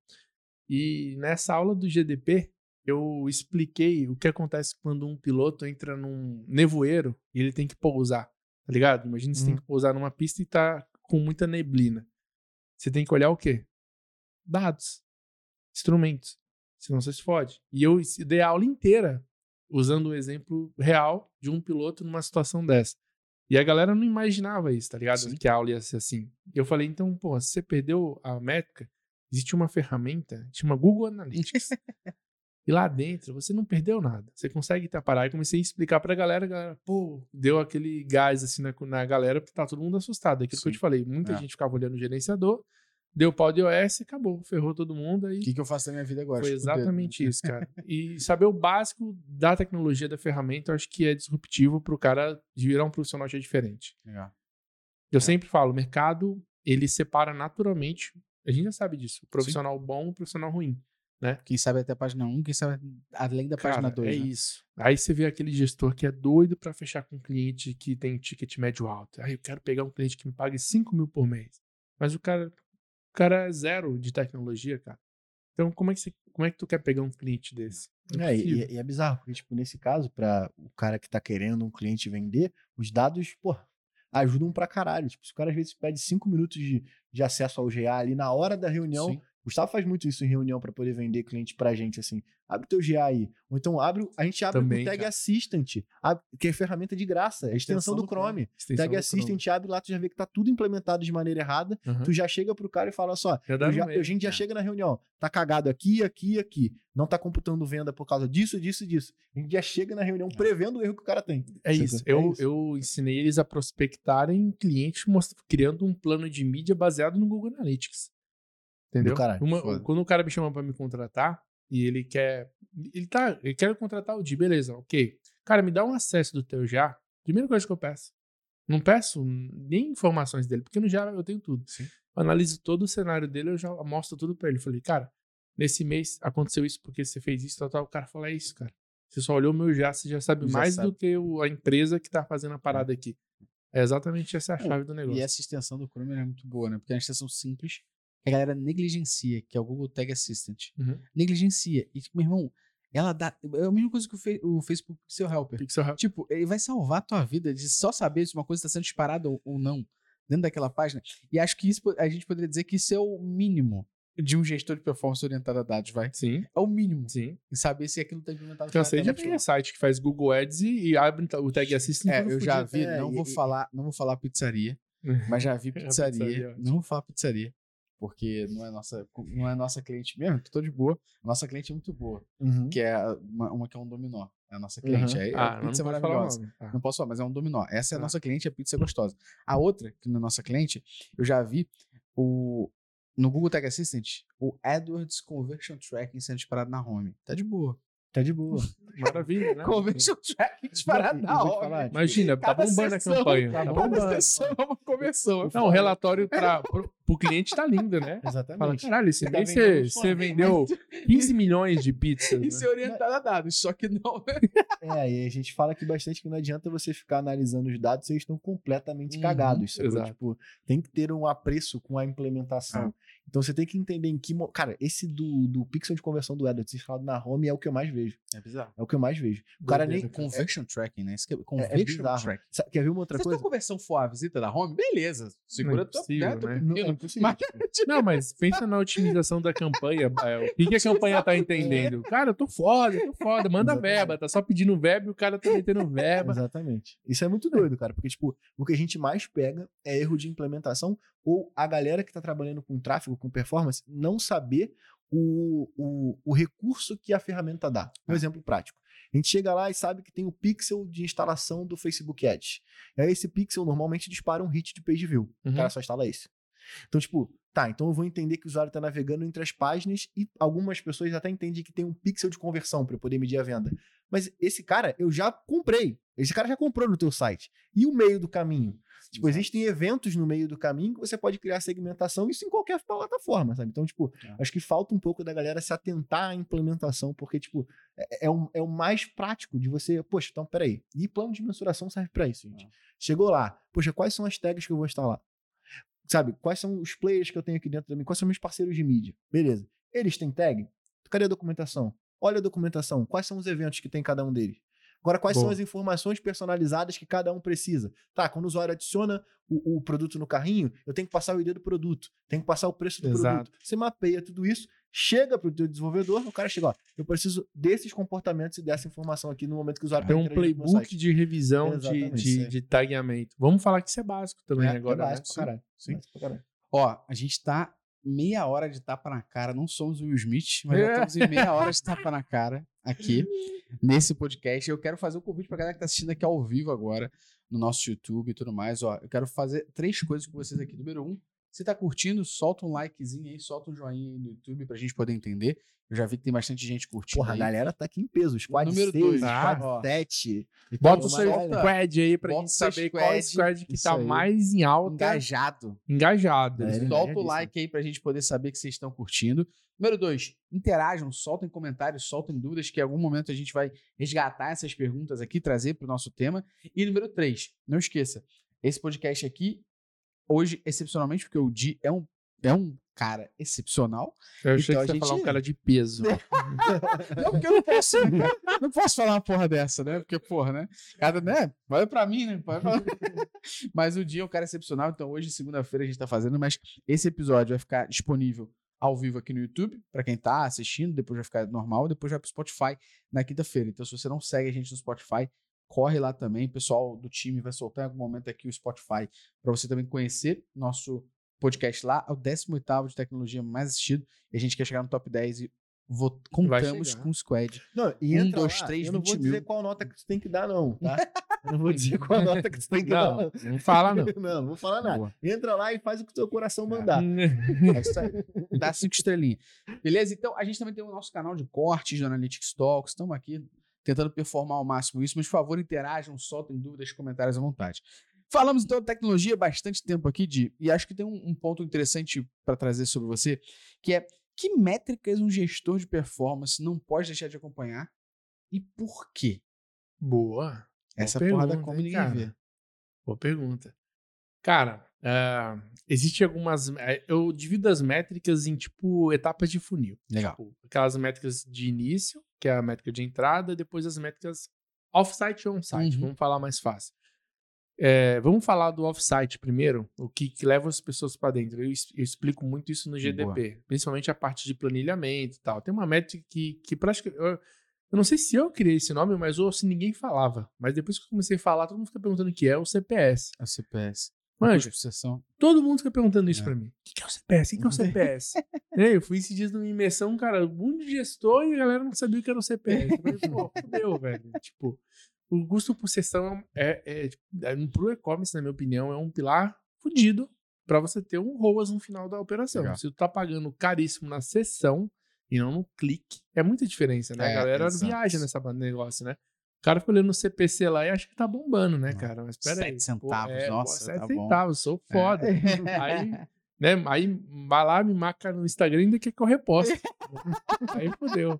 E nessa aula do GDP, eu expliquei o que acontece quando um piloto entra num nevoeiro e ele tem que pousar, tá ligado? Imagina você tem que pousar numa pista e tá com muita neblina. Você tem que olhar o quê? Dados, instrumentos, senão você se fode. E eu dei a aula inteira usando o exemplo real de um piloto numa situação dessa. E a galera não imaginava isso, tá ligado? Sim. Que a aula ia ser assim. Eu falei, então, pô, se você perdeu a métrica, existe uma ferramenta, chama Google Analytics. E lá dentro, você não perdeu nada. Você consegue parar. E comecei a explicar pra galera, pô, deu aquele gás assim na galera, porque tá todo mundo assustado. Aquilo que eu te falei, muita gente ficava olhando o gerenciador, deu pau de iOS e acabou, ferrou todo mundo. Aí... O que eu faço da minha vida agora? Foi exatamente isso, cara. E saber o básico da tecnologia, da ferramenta, eu acho que é disruptivo pro cara virar um profissional que é diferente. Legal. Eu sempre falo, o mercado, ele separa naturalmente A gente já sabe disso. O profissional bom, o profissional ruim, né? Quem sabe até a página 1, quem sabe além da página 2. É né? isso. Aí você vê aquele gestor que é doido pra fechar com um cliente que tem ticket médio alto. Aí eu quero pegar um cliente que me pague 5 mil por mês. Mas o cara é zero de tecnologia, cara. Então, como é que tu quer pegar um cliente desse? E é bizarro, porque, tipo, nesse caso, para o cara que tá querendo um cliente vender, os dados, pô, ajudam pra caralho. Tipo, se o cara às vezes pede 5 minutos de acesso ao GA ali na hora da reunião, Sim. Gustavo faz muito isso em reunião pra poder vender cliente pra gente, assim. Abre o teu GA aí. Ou então a gente abre Também, o Tag cara. Assistant, que é ferramenta de graça, é a extensão do Chrome. Extensão Tag do Assistant abre lá, tu já vê que tá tudo implementado de maneira errada. Uhum. Tu já chega pro cara e fala só, Já dá no meio. a gente já chega na reunião, tá cagado aqui, aqui, aqui. Não tá computando venda por causa disso, disso, disso. A gente já chega na reunião prevendo o erro que o cara tem. É isso. Eu ensinei eles a prospectarem clientes criando um plano de mídia baseado no Google Analytics. Entendeu? Do caralho, Quando o cara me chama pra me contratar e ele quer contratar o Di, beleza, ok. Cara, me dá um acesso do teu GA. Primeira coisa que eu peço. Não peço nem informações dele, porque no GA eu tenho tudo. Sim. Eu analiso todo o cenário dele, eu já mostro tudo pra ele. Falei, cara, nesse mês aconteceu isso porque você fez isso, tal. O cara fala, é isso, cara. Você só olhou o meu GA, você já sabe mais do que a empresa que tá fazendo a parada aqui. É exatamente essa a chave do negócio. E essa extensão do Chrome é muito boa, né? Porque é uma extensão simples que a galera negligencia, que é o Google Tag Assistant. Uhum. Negligencia. E, tipo, meu irmão, ela dá... É a mesma coisa que o Facebook Pixel Helper. Pixel Helper. Tipo, ele vai salvar a tua vida de só saber se uma coisa está sendo disparada ou não dentro daquela página. E acho que isso, a gente poderia dizer que isso é o mínimo de um gestor de performance orientado a dados, vai? Sim. É o mínimo. Sim. E saber se aquilo está implementado. Cansei de ver site que faz Google Ads e abre o Tag Assistant. Eu já vi, É, não vou falar pizzaria, mas já vi pizzaria. pizzaria, Não vou falar pizzaria, porque não é nossa cliente mesmo, tô de boa. Nossa cliente é muito boa, que é uma que é um dominó. É a nossa cliente. É a pizza maravilhosa. Não posso falar, mas é um dominó. Essa é a nossa cliente, a pizza é gostosa. A outra, que não é nossa cliente, eu já vi no Google Tag Assistant, o AdWords Conversion Tracking sendo disparado na home. Tá de boa. Tá de boa. Maravilha, né? Conversion Tracking disparado na home. Imagina, tá bombando a campanha. Tá bombando. É uma conversão. Não, o relatório pro cliente tá lindo, né? Exatamente. Fala, caralho, esse Tá mês vendendo você vendeu 15 milhões de pizzas. Isso é orientado a dados, só que não. E a gente fala aqui bastante que não adianta você ficar analisando os dados se eles estão completamente cagados. Exato. Tipo, tem que ter um apreço com a implementação. Então você tem que entender em que... Cara, esse do pixel de conversão do AdWords instalado na home é o que eu mais vejo. É bizarro. É o que eu mais vejo. O cara nem... Conversion Tracking, né? Isso que é É Conversion bizarro. Tracking. Quer ver uma outra Se a coisa? tua conversão for a visita da home, beleza. Segura tua impossível, né? Não, é impossível. Não, mas pensa na otimização da campanha. O que a campanha tá entendendo? Cara, eu tô foda. Manda verba. Tá só pedindo verba e o cara tá metendo verba. Exatamente. Isso é muito doido, cara. Porque, tipo, o que a gente mais pega é erro de implementação ou a galera que tá trabalhando com tráfego, com performance, não saber o recurso que a ferramenta dá. Um exemplo prático. A gente chega lá e sabe que tem o pixel de instalação do Facebook Ads. E aí esse pixel normalmente dispara um hit de page view. O cara só instala esse. Então, tipo, então eu vou entender que o usuário está navegando entre as páginas e algumas pessoas até entendem que tem um pixel de conversão para eu poder medir a venda. Mas esse cara eu já comprei. Esse cara já comprou no teu site. E o meio do caminho? Tipo, existem eventos no meio do caminho que você pode criar segmentação, isso em qualquer plataforma, sabe? Então, tipo, acho que falta um pouco da galera se atentar à implementação, porque, tipo, é o mais prático de você... Poxa, então, peraí. E plano de mensuração serve para isso, gente. Chegou lá. Poxa, quais são as tags que eu vou instalar? Sabe, quais são os players que eu tenho aqui dentro também? Quais são meus parceiros de mídia? Beleza. Eles têm tag? Cadê a documentação? Olha a documentação. Quais são os eventos que tem cada um deles? Agora, quais são as informações personalizadas que cada um precisa? Tá, quando o usuário adiciona o produto no carrinho, eu tenho que passar o ID do produto, tenho que passar o preço do produto. Você mapeia tudo isso, chega para o teu desenvolvedor, o cara chega, ó, eu preciso desses comportamentos e dessa informação aqui no momento que o usuário tem um playbook de revisão de tagueamento. Vamos falar que isso é básico também agora. É básico, né? Caralho. Sim. Ó, a gente tá meia hora de tapa na cara, não somos o Will Smith, mas já estamos em meia hora de tapa na cara aqui, nesse podcast. Eu quero fazer um convite pra galera que tá assistindo aqui ao vivo agora, no nosso YouTube e tudo mais. Ó, eu quero fazer 3 coisas com vocês aqui. Número 1, Se tá curtindo, solta um likezinho aí, solta um joinha aí no YouTube pra gente poder entender. Eu já vi que tem bastante gente curtindo. Porra, a aí. galera tá aqui em peso. Squad Número 6, dois, Squad ó. 7. Bota o Então, seu solta- squad aí pra bota gente o seu saber qual squad que isso tá aí. mais em alta. Engajado. É, Solta o engajadíssimo. like aí pra gente poder saber que vocês estão curtindo. Número 2, interajam, soltem comentários, soltem dúvidas, que em algum momento a gente vai resgatar essas perguntas aqui, trazer pro nosso tema. E número 3, não esqueça, esse podcast aqui, hoje, excepcionalmente, porque o Di é um cara excepcional. Eu achei Então, que você a ia falar um gente- cara de peso. Não, porque eu não posso, né, cara? Não posso falar uma porra dessa, né? Porque, porra, né? Cada, né? Vai pra mim, né? Vai pra... Mas o Dia é um cara excepcional, então hoje, segunda-feira, a gente tá fazendo, mas esse episódio vai ficar disponível ao vivo aqui no YouTube, pra quem tá assistindo, depois vai ficar normal, depois vai pro Spotify na quinta-feira. Então, se você não segue a gente no Spotify, corre lá também. O pessoal do time vai soltar em algum momento aqui o Spotify pra você também conhecer nosso podcast lá. É o 18º de tecnologia mais assistido. E a gente quer chegar no top 10 e contamos chegar. com o Squad. Não, e 1, entra 2, lá, 3, eu não 20 vou dizer mil. qual nota que você tem que dar, não, tá? Eu não vou dizer qual nota que você tem que dar. Não, não fala não. Não vou falar nada. Boa. Entra lá e faz o que o seu coração mandar. É isso aí. Dá 5 estrelinhas. Beleza? Então, a gente também tem o nosso canal de cortes do Analytics Talks. Estamos aqui tentando performar ao máximo isso, mas, por favor, interajam, soltem dúvidas, comentários à vontade. Falamos, então, de tecnologia há bastante tempo aqui, Di, e acho que tem um ponto interessante para trazer sobre você, que é que métricas um gestor de performance não pode deixar de acompanhar e por quê? Boa. Essa Boa porrada pergunta, como hein, ninguém cara? vê. Boa pergunta. Cara, existe algumas... eu divido as métricas em, tipo, etapas de funil. Legal. Tipo, aquelas métricas de início, que é a métrica de entrada, e depois as métricas off-site e on-site. Uhum. Vamos falar mais fácil. Vamos falar do off-site primeiro, o que leva as pessoas para dentro. Eu explico muito isso no GDP, principalmente a parte de planilhamento e tal. Tem uma métrica que praticamente... Eu não sei se eu criei esse nome, mas ou se ninguém falava. Mas depois que eu comecei a falar, todo mundo fica perguntando o que é o CPS. É o CPS. Mano, Sucessão. todo mundo fica perguntando isso É. pra mim. O que é o CPS? O que é o CPS? Eu fui esses dias numa imersão, cara, um monte de gestor e a galera não sabia o que era o CPS. Eu falei, pô, fudeu, velho. Tipo, o custo por sessão pro e-commerce, na minha opinião, é um pilar fudido pra você ter um ROAS no final da operação. Legal. Se tu tá pagando caríssimo na sessão e não no clique, é muita diferença, né? A galera exato. viaja nesse negócio, né? O cara fica olhando no CPC lá e acha que tá bombando, né, cara? Mas pera aí. 7 centavos, nossa, 7 tá bom. centavos, sou foda. É. Aí vai lá, me marca no Instagram e ainda quer que eu reposte. Aí fodeu.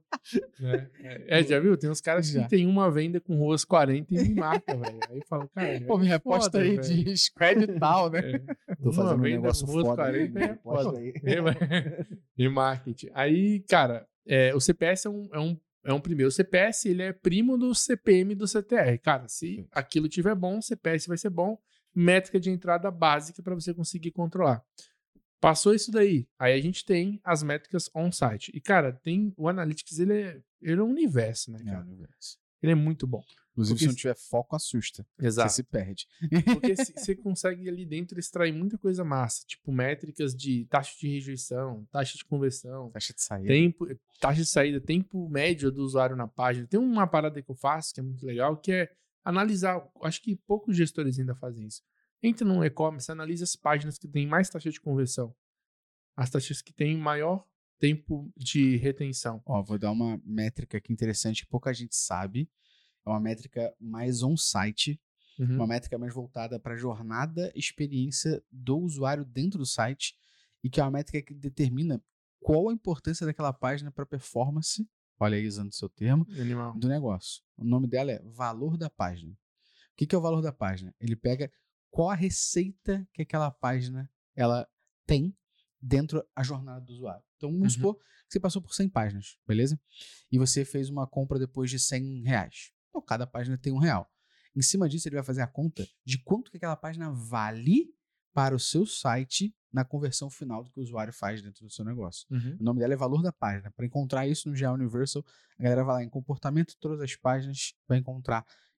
Já viu? Tem uns caras Já. que tem uma venda com ROAS 40 e me marca, velho. Aí fala, cara, Pô, me reposta foda, aí velho. de squad e tal, né? Tô fazendo um venda negócio com ROAS foda aí, 40 é reposta foda. aí. E marketing. Aí, cara, o CPS é um primeiro. O CPS, ele é primo do CPM do CTR. Cara, se aquilo tiver bom, o CPS vai ser bom. Métrica de entrada básica para você conseguir controlar. Passou isso daí. Aí a gente tem as métricas on-site. E, cara, o Analytics, ele é um universo, né, cara? Ele é muito bom. Inclusive, Porque se não tiver foco, assusta. Exato. Você se perde. Porque você consegue ali dentro extrair muita coisa massa. Tipo, métricas de taxa de rejeição, taxa de conversão, Taxa de saída. taxa de saída, tempo médio do usuário na página. Tem uma parada que eu faço que é muito legal, que é analisar. Acho que poucos gestores ainda fazem isso. Entra no e-commerce, analisa as páginas que têm mais taxa de conversão. As taxas que têm maior tempo de retenção. Ó, vou dar uma métrica aqui interessante que pouca gente sabe. É uma métrica mais on-site, uma métrica mais voltada para a jornada, experiência do usuário dentro do site, e que é uma métrica que determina qual a importância daquela página para a performance, olha aí usando o seu termo, Animal. do negócio. O nome dela é valor da página. O que é o valor da página? Ele pega qual a receita que aquela página ela tem dentro da jornada do usuário. Então, vamos supor que você passou por 100 páginas, beleza? E você fez uma compra depois de R$100. Então, cada página tem R$1. Em cima disso, ele vai fazer a conta de quanto que aquela página vale para o seu site na conversão final do que o usuário faz dentro do seu negócio. O nome dela é valor da página. Para encontrar isso no GA Universal, a galera vai lá em comportamento, todas as páginas, vai encontrar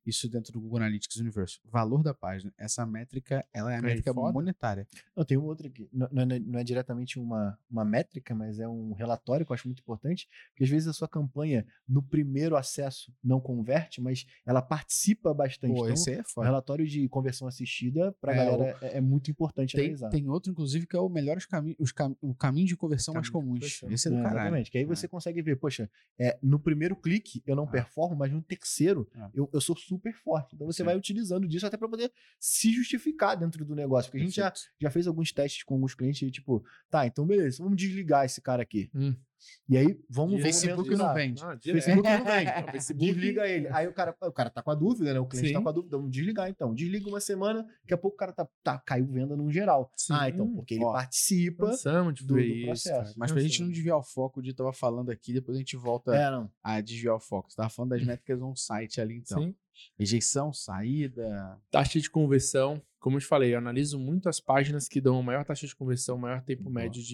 isso dentro do Google Analytics Universe. Valor da página. Essa métrica, ela é a métrica foda. monetária. Eu tenho outra aqui. Não é diretamente uma métrica, mas é um relatório que eu acho muito importante, porque às vezes a sua campanha, no primeiro acesso, não converte, mas ela participa bastante. Pô, Então, esse aí é o foda. relatório de conversão assistida, pra galera, é muito importante analisar. Tem outro, inclusive, que é o melhor o caminho de conversão mais Caminho de comuns. conversão. Esse é do caralho. Exatamente, que aí você consegue ver, poxa, no primeiro clique eu não performo, mas no terceiro eu sou super forte. Então você vai utilizando disso até para poder se justificar dentro do negócio. Porque a gente já fez alguns testes com alguns clientes e tipo, tá, então beleza, vamos desligar esse cara aqui. E aí vamos Facebook não vende. Facebook não vende. Desliga ele. Aí o cara tá com a dúvida, né? O cliente tá com a dúvida, vamos desligar então. Desliga uma semana, daqui a pouco o cara caiu venda no geral. Sim. Então, porque ele participa do processo. Mas pra gente não desviar o foco de tava falando aqui, depois a gente volta a desviar o foco. Você tava falando das métricas on-site ali, então. Sim. Rejeição, saída. Taxa de conversão. Como eu te falei, eu analiso muito as páginas que dão a maior taxa de conversão, maior tempo médio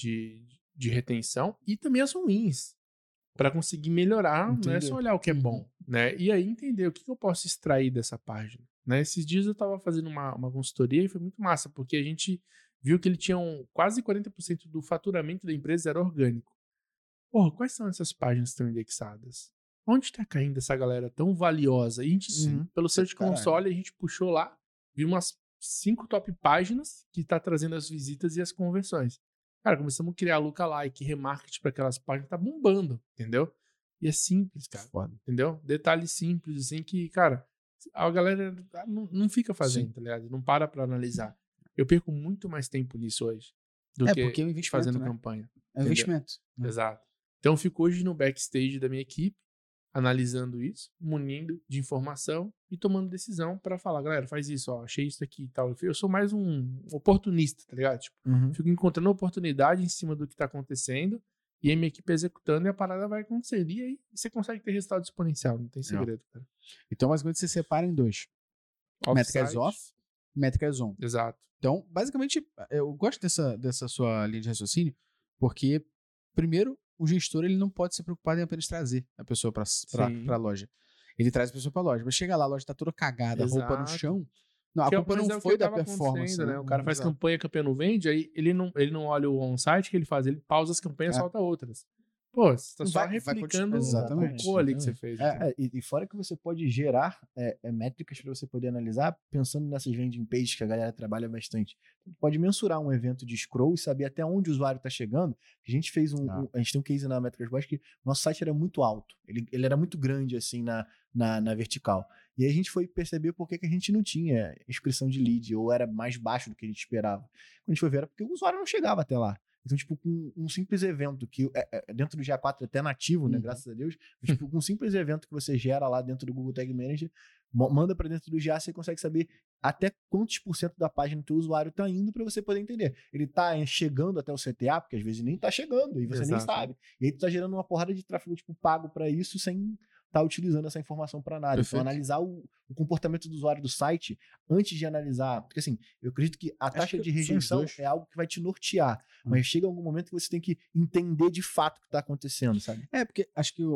de retenção e também as ruins, para conseguir melhorar, não é só olhar o que é bom, né? E aí entender o que eu posso extrair dessa página, né? Esses dias eu tava fazendo uma consultoria e foi muito massa, porque a gente viu que ele tinha quase 40% do faturamento da empresa era orgânico. Porra, quais são essas páginas que estão indexadas? Onde tá caindo essa galera tão valiosa? E a gente, pelo Search Console, a gente puxou lá, viu umas 5 top páginas que tá trazendo as visitas e as conversões. Cara, começamos a criar lookalike, remarketing para aquelas páginas, tá bombando, entendeu? E é simples, cara. Foda. Entendeu? Detalhes simples, assim, que, cara, a galera não fica fazendo, tá ligado? Não para pra analisar. Eu perco muito mais tempo nisso hoje do que porque é um investimento, fazendo né? campanha. É um investimento. Exato. Então, eu fico hoje no backstage da minha equipe, analisando isso, munindo de informação e tomando decisão pra falar, galera, faz isso, ó, achei isso aqui e tal. Eu sou mais um oportunista, tá ligado? Tipo, fico encontrando oportunidade em cima do que tá acontecendo e a minha equipe executando e a parada vai acontecendo. E aí você consegue ter resultado exponencial, não tem segredo, cara. Então, basicamente, você separa em dois. Métricas off, métricas on. Exato. Então, basicamente, eu gosto dessa sua linha de raciocínio, porque, primeiro, o gestor ele não pode se preocupar em apenas trazer a pessoa para a loja. Ele traz a pessoa para a loja, mas chega lá, a loja tá toda cagada, roupa no chão. Não, a culpa não foi da performance, né? O cara faz campanha, a campanha não vende, aí ele não olha o on-site que ele faz, ele pausa as campanhas e solta outras. Pô, você tá só replicando o cocô ali que você fez. E fora que você pode gerar métricas para você poder analisar, pensando nessas landing pages que a galera trabalha bastante. Você pode mensurar um evento de scroll e saber até onde o usuário está chegando. A gente fez a gente tem um case na Métricas Boas que nosso site era muito alto. Ele era muito grande assim na vertical. E aí a gente foi perceber por que a gente não tinha inscrição de lead ou era mais baixo do que a gente esperava. Quando a gente foi ver, era porque o usuário não chegava até lá. Então, tipo, com um simples evento que dentro do GA4 é até nativo, né? Graças a Deus. Mas, tipo, com um simples evento que você gera lá dentro do Google Tag Manager, manda para dentro do GA, você consegue saber até quantos % da página do teu usuário tá indo para você poder entender. Ele tá chegando até o CTA, porque às vezes nem tá chegando e você nem sabe. E aí tu tá gerando uma porrada de tráfego, tipo, pago para isso sem tá utilizando essa informação para nada. Perfeito. Então, analisar o comportamento do usuário do site antes de analisar. Porque, assim, eu acredito que a taxa de rejeição é algo que vai te nortear. Mas chega algum momento que você tem que entender de fato o que está acontecendo, sabe? Porque acho que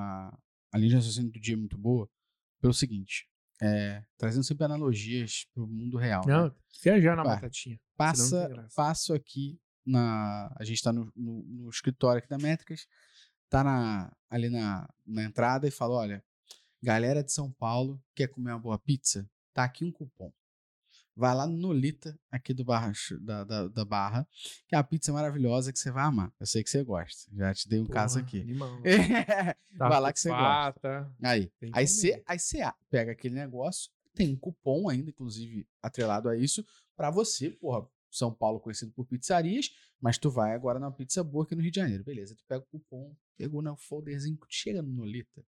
a linha de raciocínio do dia é muito boa pelo seguinte. Trazendo sempre analogias pro mundo real. Não, né? viajar na batatinha. Passo aqui a gente tá no escritório aqui da Métricas, tá ali na entrada e fala, olha, galera de São Paulo quer comer uma boa pizza? Tá aqui um cupom. Vai lá no Nolita, aqui da Barra, que é uma pizza maravilhosa que você vai amar. Eu sei que você gosta. Já te dei um caso aqui. Vai lá que você gosta. Aí você pega aquele negócio, tem um cupom ainda, inclusive, atrelado a isso, pra você, porra, São Paulo conhecido por pizzarias, mas tu vai agora numa pizza boa aqui no Rio de Janeiro. Beleza, tu pega o cupom, pegou no folderzinho, chega no Nolita,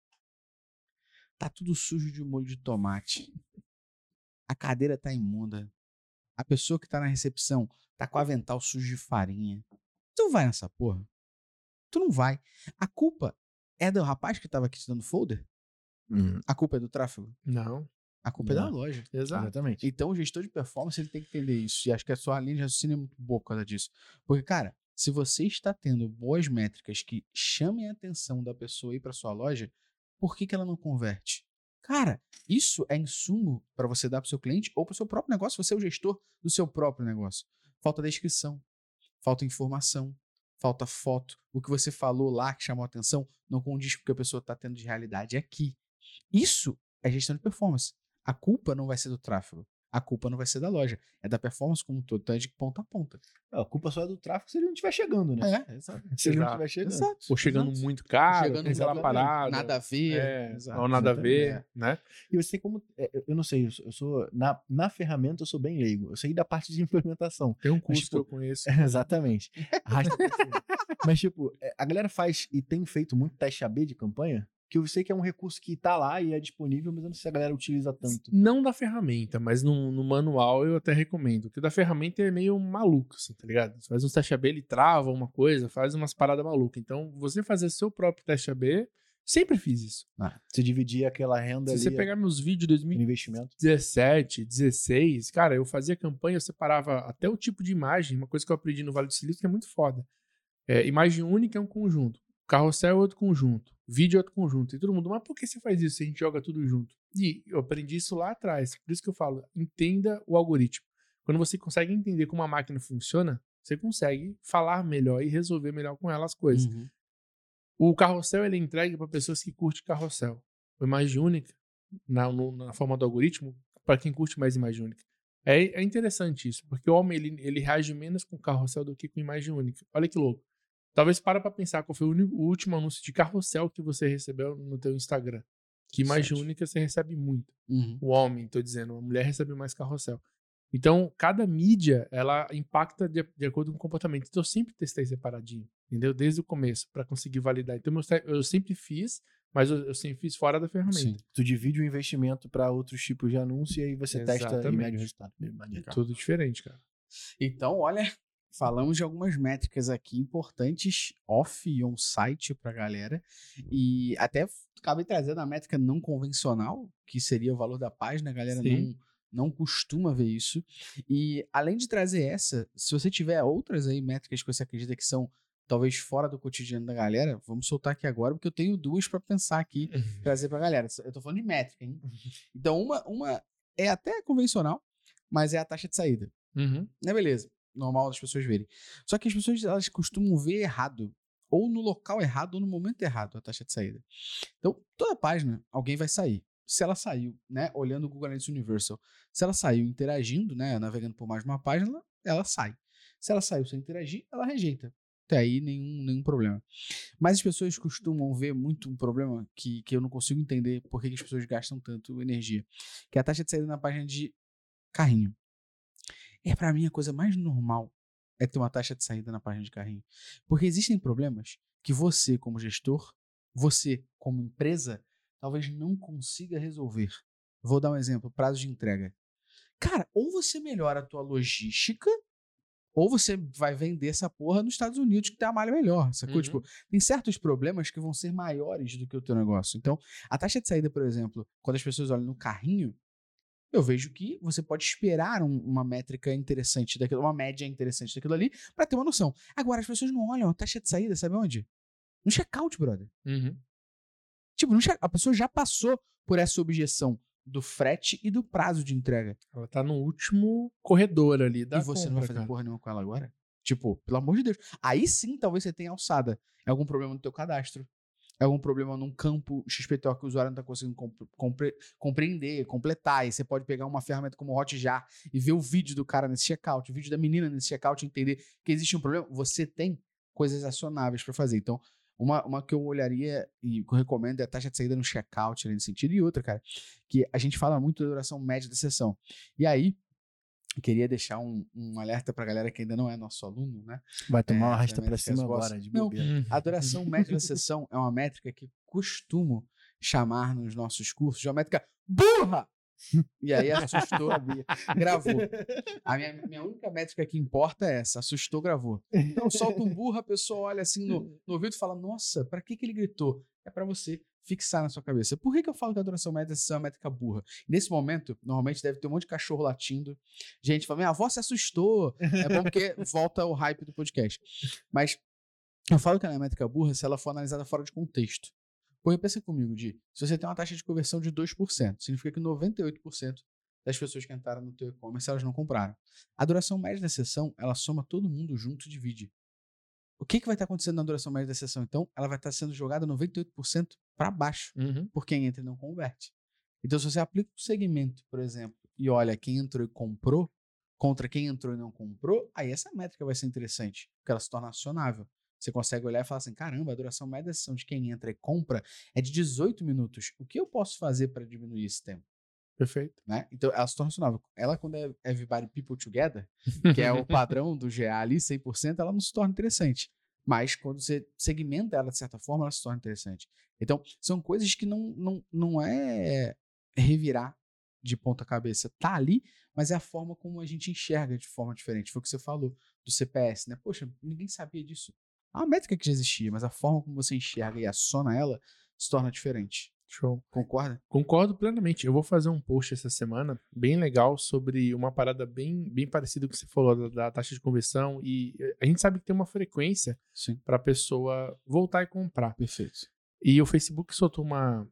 tá tudo sujo de molho de tomate. A cadeira tá imunda. A pessoa que tá na recepção tá com o avental sujo de farinha. Tu vai nessa porra? Tu não vai. A culpa é do rapaz que tava aqui te dando folder? A culpa é do tráfego? Não. A culpa é da loja. Exatamente. Então o gestor de performance ele tem que entender isso. E acho que a sua linha de raciocínio é muito boa por causa disso. Porque, cara, se você está tendo boas métricas que chamem a atenção da pessoa ir para sua loja, por que ela não converte? Cara, isso é insumo para você dar pro seu cliente ou pro seu próprio negócio. Você é o gestor do seu próprio negócio. Falta descrição, falta informação, falta foto. O que você falou lá que chamou a atenção não condiz com o que a pessoa está tendo de realidade aqui. Isso é gestão de performance. A culpa não vai ser do tráfego. A culpa não vai ser da loja. É da performance como um todo. Então é de ponta a ponta. A culpa só é do tráfego se ele não estiver chegando, né? Exato. Se ele não Exato. estiver chegando. Exato. Ou chegando exato. muito caro, Chegando tem aquela muito parada. nada a ver. Exato. Ou nada a ver, Exatamente. né? E você tem como. Eu não sei, eu sou. Na ferramenta eu sou bem leigo. Eu sei da parte de implementação. Tem um curso tipo, que eu conheço. Exatamente. Mas, tipo, a galera faz e tem feito muito teste AB de campanha, que eu sei que é um recurso que tá lá e é disponível, mas eu não sei se a galera utiliza tanto. Não da ferramenta, mas no manual eu até recomendo. Porque da ferramenta é meio maluco, assim, tá ligado? Você faz um teste AB, ele trava uma coisa, faz umas paradas malucas. Então, você fazer seu próprio teste AB, sempre fiz isso. Você dividir aquela renda Se ali você pegar meus vídeos de no investimento. 2017, 16, cara, eu fazia campanha, eu separava até o tipo de imagem, uma coisa que eu aprendi no Vale do Silício que é muito foda. Imagem única é um conjunto, carrossel é outro conjunto, vídeo é outro conjunto. E todo mundo, mas por que você faz isso se a gente joga tudo junto? E eu aprendi isso lá atrás. Por isso que eu falo, entenda o algoritmo. Quando você consegue entender como a máquina funciona, você consegue falar melhor e resolver melhor com ela as coisas. Uhum. O carrossel ele é entregue para pessoas que curtem carrossel. A imagem única, na forma do algoritmo, para quem curte mais imagem única. É interessante isso, porque o homem ele reage menos com carrossel do que com imagem única. Olha que louco. Talvez para pensar qual foi o último anúncio de carrossel que você recebeu no teu Instagram. Que imagem única você recebe muito. Uhum. O homem, tô dizendo, a mulher recebe mais carrossel. Então, cada mídia, ela impacta de acordo com o comportamento. Então, eu sempre testei separadinho, entendeu? Desde o começo, para conseguir validar. Então, eu sempre fiz, mas eu sempre fiz fora da ferramenta. Sim. Tu divide o investimento para outros tipos de anúncio e aí você testa e Exatamente. mede o resultado. Maneiro. Tudo diferente, cara. Então, olha, falamos de algumas métricas aqui importantes off e on-site pra galera. E até acabei trazendo a métrica não convencional, que seria o valor da página. A galera Sim. não costuma ver isso. E além de trazer essa, se você tiver outras aí métricas que você acredita que são talvez fora do cotidiano da galera, vamos soltar aqui agora, porque eu tenho duas pra pensar aqui, trazer pra galera. Eu tô falando de métrica, hein? Então, uma é até convencional, mas é a taxa de saída. Uhum. Né, beleza. Normal das pessoas verem. Só que as pessoas, elas costumam ver errado. Ou no local errado, ou no momento errado, a taxa de saída. Então, toda página, alguém vai sair. Se ela saiu, né, olhando o Google Analytics Universal, se ela saiu interagindo, né, navegando por mais de uma página, ela sai. Se ela saiu sem interagir, ela rejeita. Até aí, nenhum problema. Mas as pessoas costumam ver muito um problema que eu não consigo entender por que as pessoas gastam tanto energia. Que é a taxa de saída na página de carrinho. Pra mim, a coisa mais normal é ter uma taxa de saída na página de carrinho. Porque existem problemas que você, como gestor, você, como empresa, talvez não consiga resolver. Vou dar um exemplo, prazo de entrega. Cara, ou você melhora a tua logística, ou você vai vender essa porra nos Estados Unidos que tem a malha melhor, sacou? Uhum. Tipo, tem certos problemas que vão ser maiores do que o teu negócio. Então, a taxa de saída, por exemplo, quando as pessoas olham no carrinho, eu vejo que você pode esperar uma métrica interessante daquilo, uma média interessante daquilo ali, pra ter uma noção. Agora, as pessoas não olham a taxa de saída, sabe onde? No checkout, brother. Uhum. Tipo, a pessoa já passou por essa objeção do frete e do prazo de entrega. Ela tá no último corredor ali da E você não vai fazer porra nenhuma com ela agora? Tipo, pelo amor de Deus. Aí sim, talvez você tenha alçada. É algum problema no teu cadastro. É algum problema num campo XPTO que o usuário não está conseguindo compreender, completar. E você pode pegar uma ferramenta como o Hotjar e ver o vídeo do cara nesse checkout, o vídeo da menina nesse checkout e entender que existe um problema. Você tem coisas acionáveis para fazer. Então, uma que eu olharia e que eu recomendo é a taxa de saída no checkout, nesse sentido. E outra, cara, que a gente fala muito da duração média da sessão. E aí, eu queria deixar um alerta pra galera que ainda não é nosso aluno, né? Vai tomar uma arrasta pra métricas cima boss. agora, de Não, bobeira. a duração média da sessão é uma métrica que costumo chamar nos nossos cursos de uma métrica burra! E aí assustou, gravou. A minha única métrica que importa é essa, assustou, gravou. Então solta um burro, a pessoa olha assim no ouvido e fala, nossa, pra que ele gritou? É pra você fixar na sua cabeça. Por que eu falo que a duração média é uma métrica burra? Nesse momento, normalmente deve ter um monte de cachorro latindo, gente fala, minha avó se assustou. É bom porque volta o hype do podcast. Mas eu falo que ela é métrica burra se ela for analisada fora de contexto. Porque pensa comigo, se você tem uma taxa de conversão de 2%, significa que 98% das pessoas que entraram no teu e-commerce, elas não compraram. A duração média da sessão, ela soma todo mundo junto e divide. O que vai estar acontecendo na duração média da sessão? Então, ela vai estar sendo jogada 98% para baixo, por quem entra e não converte. Então, se você aplica o segmento, por exemplo, e olha quem entrou e comprou, contra quem entrou e não comprou, aí essa métrica vai ser interessante, porque ela se torna acionável. Você consegue olhar e falar assim, caramba, a duração média da sessão de quem entra e compra é de 18 minutos. O que eu posso fazer para diminuir esse tempo? Perfeito. Né? Então, ela se torna acionável. Ela, quando é Everybody People Together, que é o padrão do GA ali, 100%, ela não se torna interessante. Mas, quando você segmenta ela de certa forma, ela se torna interessante. Então, são coisas que não é revirar de ponta cabeça. Tá ali, mas é a forma como a gente enxerga de forma diferente. Foi o que você falou do CPS, né? Poxa, ninguém sabia disso. É uma métrica que já existia, mas a forma como você enxerga e aciona ela se torna diferente. Show. Concorda? Concordo plenamente. Eu vou fazer um post essa semana bem legal sobre uma parada bem parecida com o que você falou da taxa de conversão, e a gente sabe que tem uma frequência para a pessoa voltar e comprar. Perfeito. E o Facebook soltou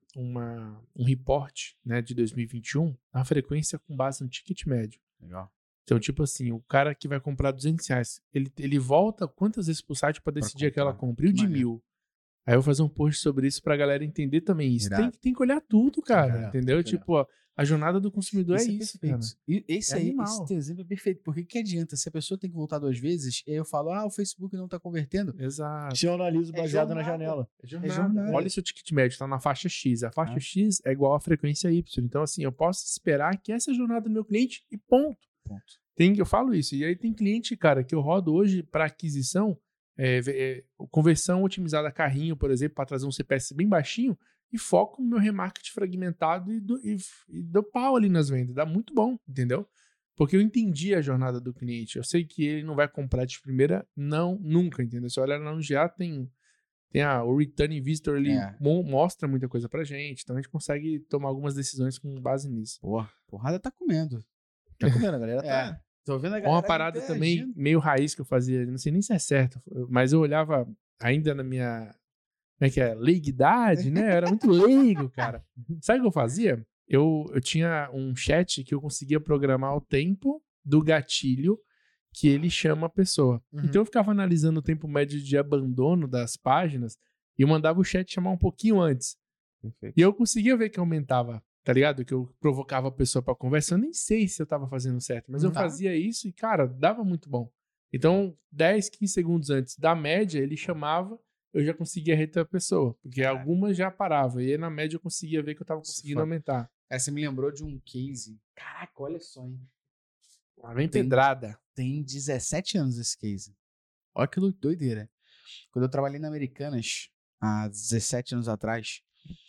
um report, né, de 2021, a frequência com base no ticket médio. Legal. Então, tipo assim, o cara que vai comprar R$200, ele volta quantas vezes pro site para decidir aquela compra? E o de 1.000? Aí eu vou fazer um post sobre isso pra galera entender também isso. Tem que olhar tudo, cara, entendeu? Tipo, a jornada do consumidor isso é isso, cara. Esse exemplo é perfeito. Porque que adianta? Se a pessoa tem que voltar 2 vezes, e aí eu falo, o Facebook não tá convertendo. Exato. Se eu analiso baseado na janela. É jornada. Olha se o ticket médio tá na faixa X. A faixa X é igual à frequência Y. Então, assim, eu posso esperar que essa é a jornada do meu cliente e ponto. Eu falo isso. E aí tem cliente, cara, que eu rodo hoje para aquisição, conversão otimizada a carrinho, por exemplo, para trazer um CPS bem baixinho, e foco no meu remarketing fragmentado e do pau ali nas vendas. Dá muito bom, entendeu? Porque eu entendi a jornada do cliente. Eu sei que ele não vai comprar de primeira, nunca, entendeu? Se olhar no GA, tem o Return Visitor, ele mostra muita coisa pra gente, então a gente consegue tomar algumas decisões com base nisso. Porrada tá comendo. Tá comendo, a galera tá... Tô vendo a galera uma parada também meio raiz que eu fazia, não sei nem se é certo, mas eu olhava ainda na minha, como é que é, leiguidade, né? Eu era muito leigo, cara. Sabe o que eu fazia? Eu tinha um chat que eu conseguia programar o tempo do gatilho que ele chama a pessoa. Então eu ficava analisando o tempo médio de abandono das páginas e eu mandava o chat chamar um pouquinho antes. Perfeito. E eu conseguia ver que aumentava, tá ligado? Que eu provocava a pessoa pra conversa. Eu nem sei se eu tava fazendo certo, mas eu fazia isso e, cara, dava muito bom. Então, 10, 15 segundos antes da média, ele chamava, eu já conseguia reter a pessoa. Porque algumas já paravam. E aí, na média, eu conseguia ver que eu tava conseguindo aumentar. Você me lembrou de um case. Caraca, olha só, hein? Lá vem pedrada. Tem 17 anos esse case. Olha que doideira. Quando eu trabalhei na Americanas, há 17 anos atrás,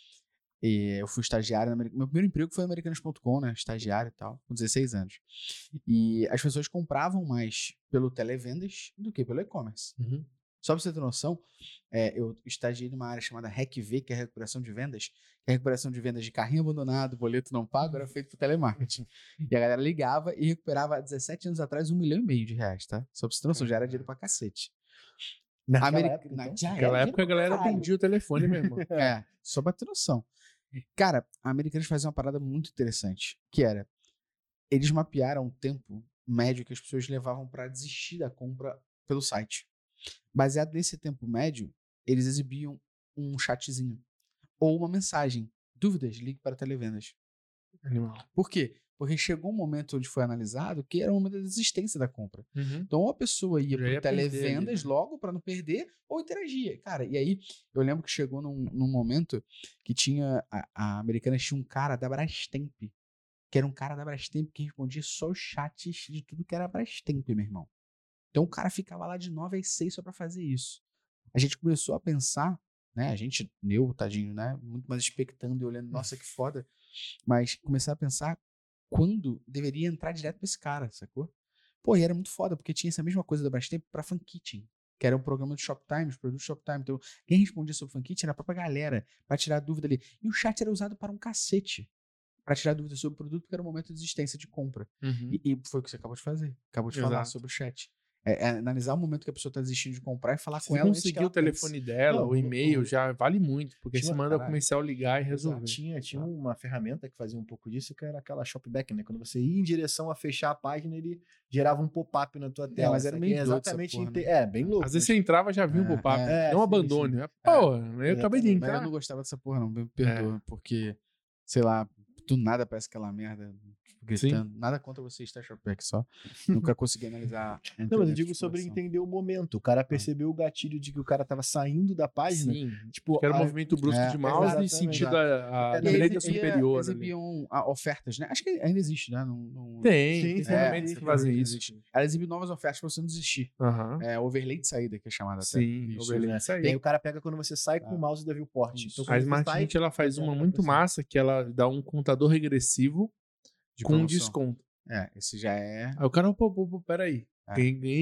eu fui estagiário. Meu primeiro emprego foi no Americanas.com, né? Estagiário e tal, com 16 anos. E as pessoas compravam mais pelo televendas do que pelo e-commerce. Só pra você ter noção, eu estagiei numa área chamada RecV, que é a recuperação de vendas, que é a recuperação de vendas de carrinho abandonado, boleto não pago, era feito por telemarketing. E a galera ligava e recuperava há 17 anos atrás R$1,5 milhão, tá? Só pra você ter noção, já era dinheiro pra cacete. Naquela época a galera vendia o telefone mesmo. Só pra ter noção. Cara, a Americanas fazia uma parada muito interessante, que era, eles mapearam o tempo médio que as pessoas levavam pra desistir da compra pelo site. Baseado nesse tempo médio, eles exibiam um chatzinho ou uma mensagem. Dúvidas? Ligue para televendas. Animal. Por quê? Porque chegou um momento onde foi analisado que era o momento da desistência da compra. Então, ou a pessoa ia para televendas logo para não perder, ou interagia. Cara, e aí eu lembro que chegou num momento que tinha a Americanas tinha um cara da Brastemp, que era um cara da Brastemp que respondia só os chats de tudo que era Brastemp, meu irmão. Então o cara ficava lá de 9 às 6 só pra fazer isso. A gente começou a pensar, né? A gente, tadinho, né? Muito mais expectando e olhando, nossa, que foda. Mas começar a pensar quando deveria entrar direto pra esse cara, sacou? Pô, e era muito foda, porque tinha essa mesma coisa da Brastemp pra Fan Kitchen, que era um programa do Shoptime, os produtos Shoptime. Então, quem respondia sobre Fan Kitchen era a própria galera, pra tirar dúvida ali. E o chat era usado para um cacete, pra tirar dúvida sobre o produto, porque era o momento de existência de compra. E foi o que você acabou de fazer. Acabou de falar sobre o chat. analisar o momento que a pessoa tá desistindo de comprar e falar Se com você ela antes que conseguir ela o telefone dela, Não, o e-mail, o- já vale muito. Porque tinha- você manda o caralho. comercial ligar e Exato. resolver. Tinha uma ferramenta que fazia um pouco disso, que era aquela Shopback, né? Quando você ia em direção a fechar a página, ele gerava um pop-up na tua tela. mas era Isso meio aqui é doido essa exatamente porra, né? bem louco. Às vezes mas- você entrava já viu um É, pop-up. é, Não sim, abandone. sim. Pô, eu acabei de exatamente. Mas eu entrar. não gostava dessa porra, não. Me perdoa, porque, sei lá, do nada parece aquela merda gritando. Nada contra você, está Shopback, só. Nunca consegui analisar. Não, mas eu digo sobre entender o momento. O cara percebeu o gatilho de que o cara tava saindo da página. Sim. Tipo, Que era um movimento brusco de mouse e exatamente. sentido a É, direita superior. ali. Exibiam ofertas, né? Acho que ainda existe, né? Tem Sim, ferramentas que fazem isso. Existe. Ela exibe novas ofertas pra você não desistir. Aham. Overlay de saída, que é chamada Sim, até. Isso, overlay né? isso aí. E aí o cara pega quando você sai com o mouse da viewport. Isso. Então, A quando você Smart sai, Hint, ela faz você uma vai muito pra cima. massa, que ela dá um contador regressivo De com promoção. desconto. Esse já é. Aí o cara, pô, peraí. É. Ganhei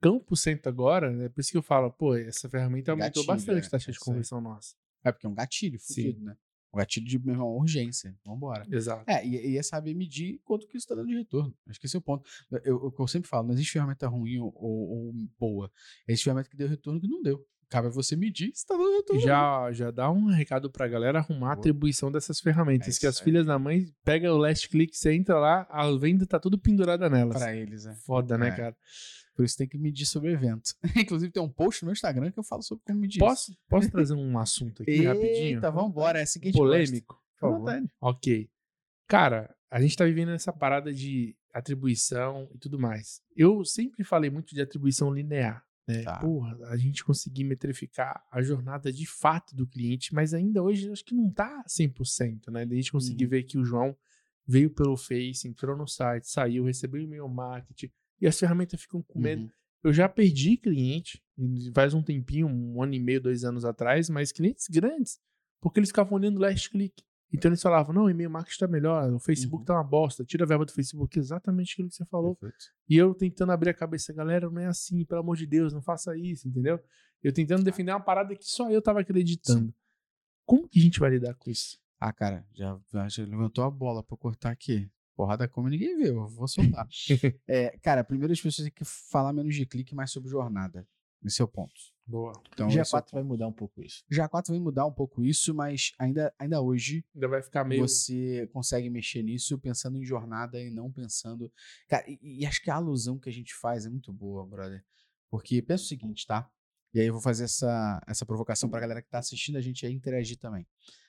5% agora, né? Por isso que eu falo, pô, essa ferramenta aumentou Gatilho, bastante a taxa de isso aí. conversão nossa. Porque é um gatilho fudido, né? Um gatilho de mesmo, uma urgência. Vambora. Exato. E é saber medir quanto que isso tá dando de retorno. Acho que esse é o ponto. Eu sempre falo, não existe ferramenta ruim ou boa. Existe ferramenta que deu retorno que não deu. Cabe a você medir se tá dando retorno. Já dá um recado pra galera arrumar a atribuição dessas ferramentas, É que as isso aí. filhas da mãe pegam o last click, você entra lá, a venda tá tudo pendurada nelas. Pra eles, né? Foda, né, É. cara? Por isso tem que medir sobre o evento. Inclusive tem um post no meu Instagram que eu falo sobre como medir isso. Posso trazer um assunto aqui rapidinho? Eita, vambora. É assim que a gente Polêmico? gosta. Por À favor. vontade. Ok. Cara, a gente tá vivendo essa parada de atribuição e tudo mais. Eu sempre falei muito de atribuição linear, né? Tá. Porra, a gente conseguir metrificar a jornada de fato do cliente, mas ainda hoje eu acho que não tá 100%, né? Da gente conseguir ver que o João veio pelo Face, entrou no site, saiu, recebeu e-mail marketing e as ferramentas ficam com medo. Uhum. Eu já perdi cliente, faz um tempinho, 1 ano e meio, 2 anos atrás, mas clientes grandes, porque eles ficavam olhando o last click. Então eles falavam, não, o e-mail marketing tá melhor, o Facebook tá uma bosta, tira a verba do Facebook, exatamente aquilo que você falou. Perfeito. E eu tentando abrir a cabeça, galera, não é assim, pelo amor de Deus, não faça isso, entendeu? Eu tentando defender uma parada que só eu tava acreditando. Como que a gente vai lidar com isso? Cara, já levantou a bola pra eu cortar aqui. Porrada como ninguém viu, eu vou soltar. Cara, primeiro as pessoas têm que falar menos de clique, mais sobre jornada. Esse é o ponto. Boa. Então, Dia esse é o 4 vai mudar um pouco isso. Já 4 vai mudar um pouco isso, mas ainda hoje Ainda vai ficar meio... você consegue mexer nisso pensando em jornada e não pensando... Cara, e acho que a alusão que a gente faz é muito boa, brother. Porque pensa o seguinte, tá? E aí eu vou fazer essa provocação pra galera que tá assistindo a gente aí interagir também.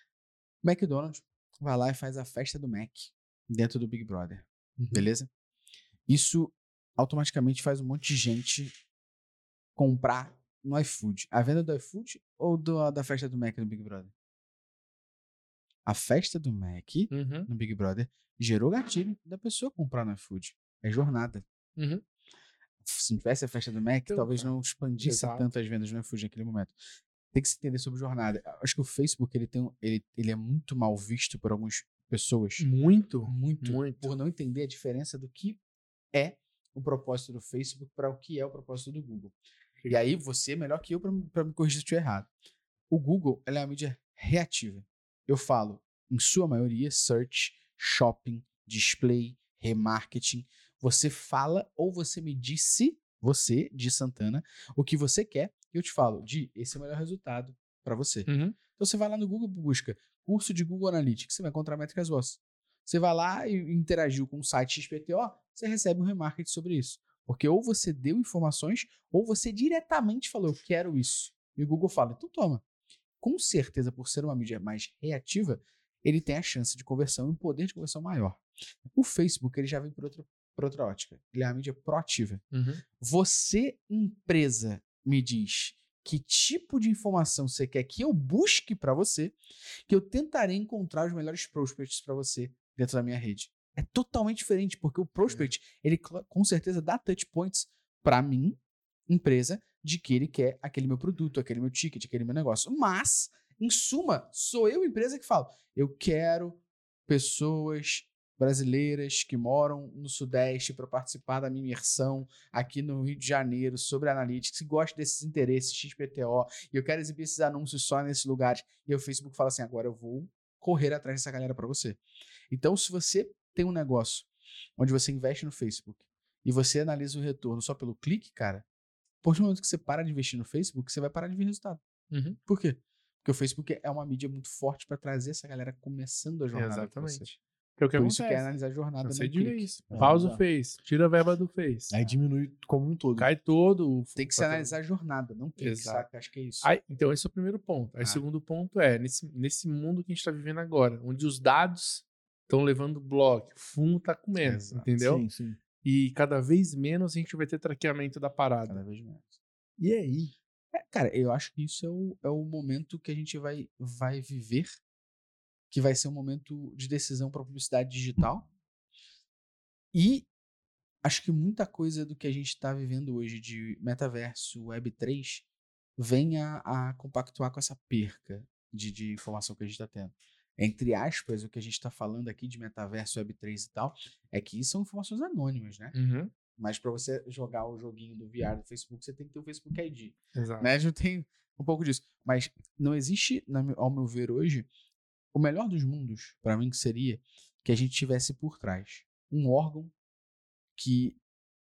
O McDonald's vai lá e faz a festa do Mac dentro do Big Brother. Beleza? Isso automaticamente faz um monte de gente comprar no iFood. A venda do iFood ou da festa do Mac no Big Brother? A festa do Mac Uhum. no Big Brother gerou gatilho da pessoa comprar no iFood. É jornada. Uhum. Se não tivesse a festa do Mac, Então, talvez não expandisse exato. tanto as vendas no iFood naquele momento. Tem que se entender sobre jornada. Acho que o Facebook ele é muito mal visto por algumas pessoas. Muito. Por não entender a diferença do que é o propósito do Facebook para o que é o propósito do Google. E aí você é melhor que eu para me corrigir se eu estiver errado. O Google ela é uma mídia reativa. Eu falo, em sua maioria, search, shopping, display, remarketing. Você fala ou você me disse, você, de Santana, o que você quer. E eu te falo, esse é o melhor resultado para você. Uhum. Então você vai lá no Google, busca curso de Google Analytics, você vai encontrar métricas boas. Você vai lá e interagiu com o site XPTO, você recebe um remarketing sobre isso. Porque ou você deu informações, ou você diretamente falou, eu quero isso. E o Google fala, então toma. Com certeza, por ser uma mídia mais reativa, ele tem a chance de conversão e um poder de conversão maior. O Facebook, ele já vem por outra ótica. Ele é uma mídia proativa. Uhum. Você, empresa, me diz que tipo de informação você quer que eu busque para você, que eu tentarei encontrar os melhores prospects para você dentro da minha rede. É totalmente diferente, porque o prospect, ele com certeza dá touch points para mim, empresa, de que ele quer aquele meu produto, aquele meu ticket, aquele meu negócio. Mas, em suma, sou eu, empresa, que falo, eu quero pessoas brasileiras que moram no Sudeste para participar da minha imersão aqui no Rio de Janeiro sobre Analytics, que gostam desses interesses, XPTO, e eu quero exibir esses anúncios só nesses lugares. E o Facebook fala assim, agora eu vou correr atrás dessa galera para você. Então, se você tem um negócio onde você investe no Facebook e você analisa o retorno só pelo clique, cara, a partir do momento que você para de investir no Facebook, você vai parar de ver resultado. Por quê? Porque o Facebook é uma mídia muito forte para trazer essa galera começando a jornada com você. Exatamente. Que é o que Por acontece. isso que é analisar a jornada Cansei no de ver clique. isso. Pausa o exato. Face, tira a verba do Face. Aí diminui como um todo. Cai todo. Tem que se analisar a jornada, não clique, Exato. saca? Acho que é isso. Aí, então, esse é o primeiro ponto. Aí, o segundo ponto é, nesse mundo que a gente está vivendo agora, onde os dados estão levando bloco, o fumo tá comendo, Exato. entendeu? Sim, sim. E cada vez menos a gente vai ter traqueamento da parada. Cada vez menos. E aí? Cara, eu acho que isso é o momento que a gente vai viver, que vai ser um momento de decisão para publicidade digital. E acho que muita coisa do que a gente está vivendo hoje de metaverso, Web3, vem a compactuar com essa perca de informação que a gente está tendo. Entre aspas, o que a gente está falando aqui de metaverso, Web3 e tal, é que são informações anônimas, né? Uhum. Mas para você jogar o joguinho do VR do Facebook, você tem que ter o Facebook ID. Exato. Né? Já tem um pouco disso. Mas não existe, ao meu ver hoje, o melhor dos mundos, para mim, que seria que a gente tivesse por trás um órgão que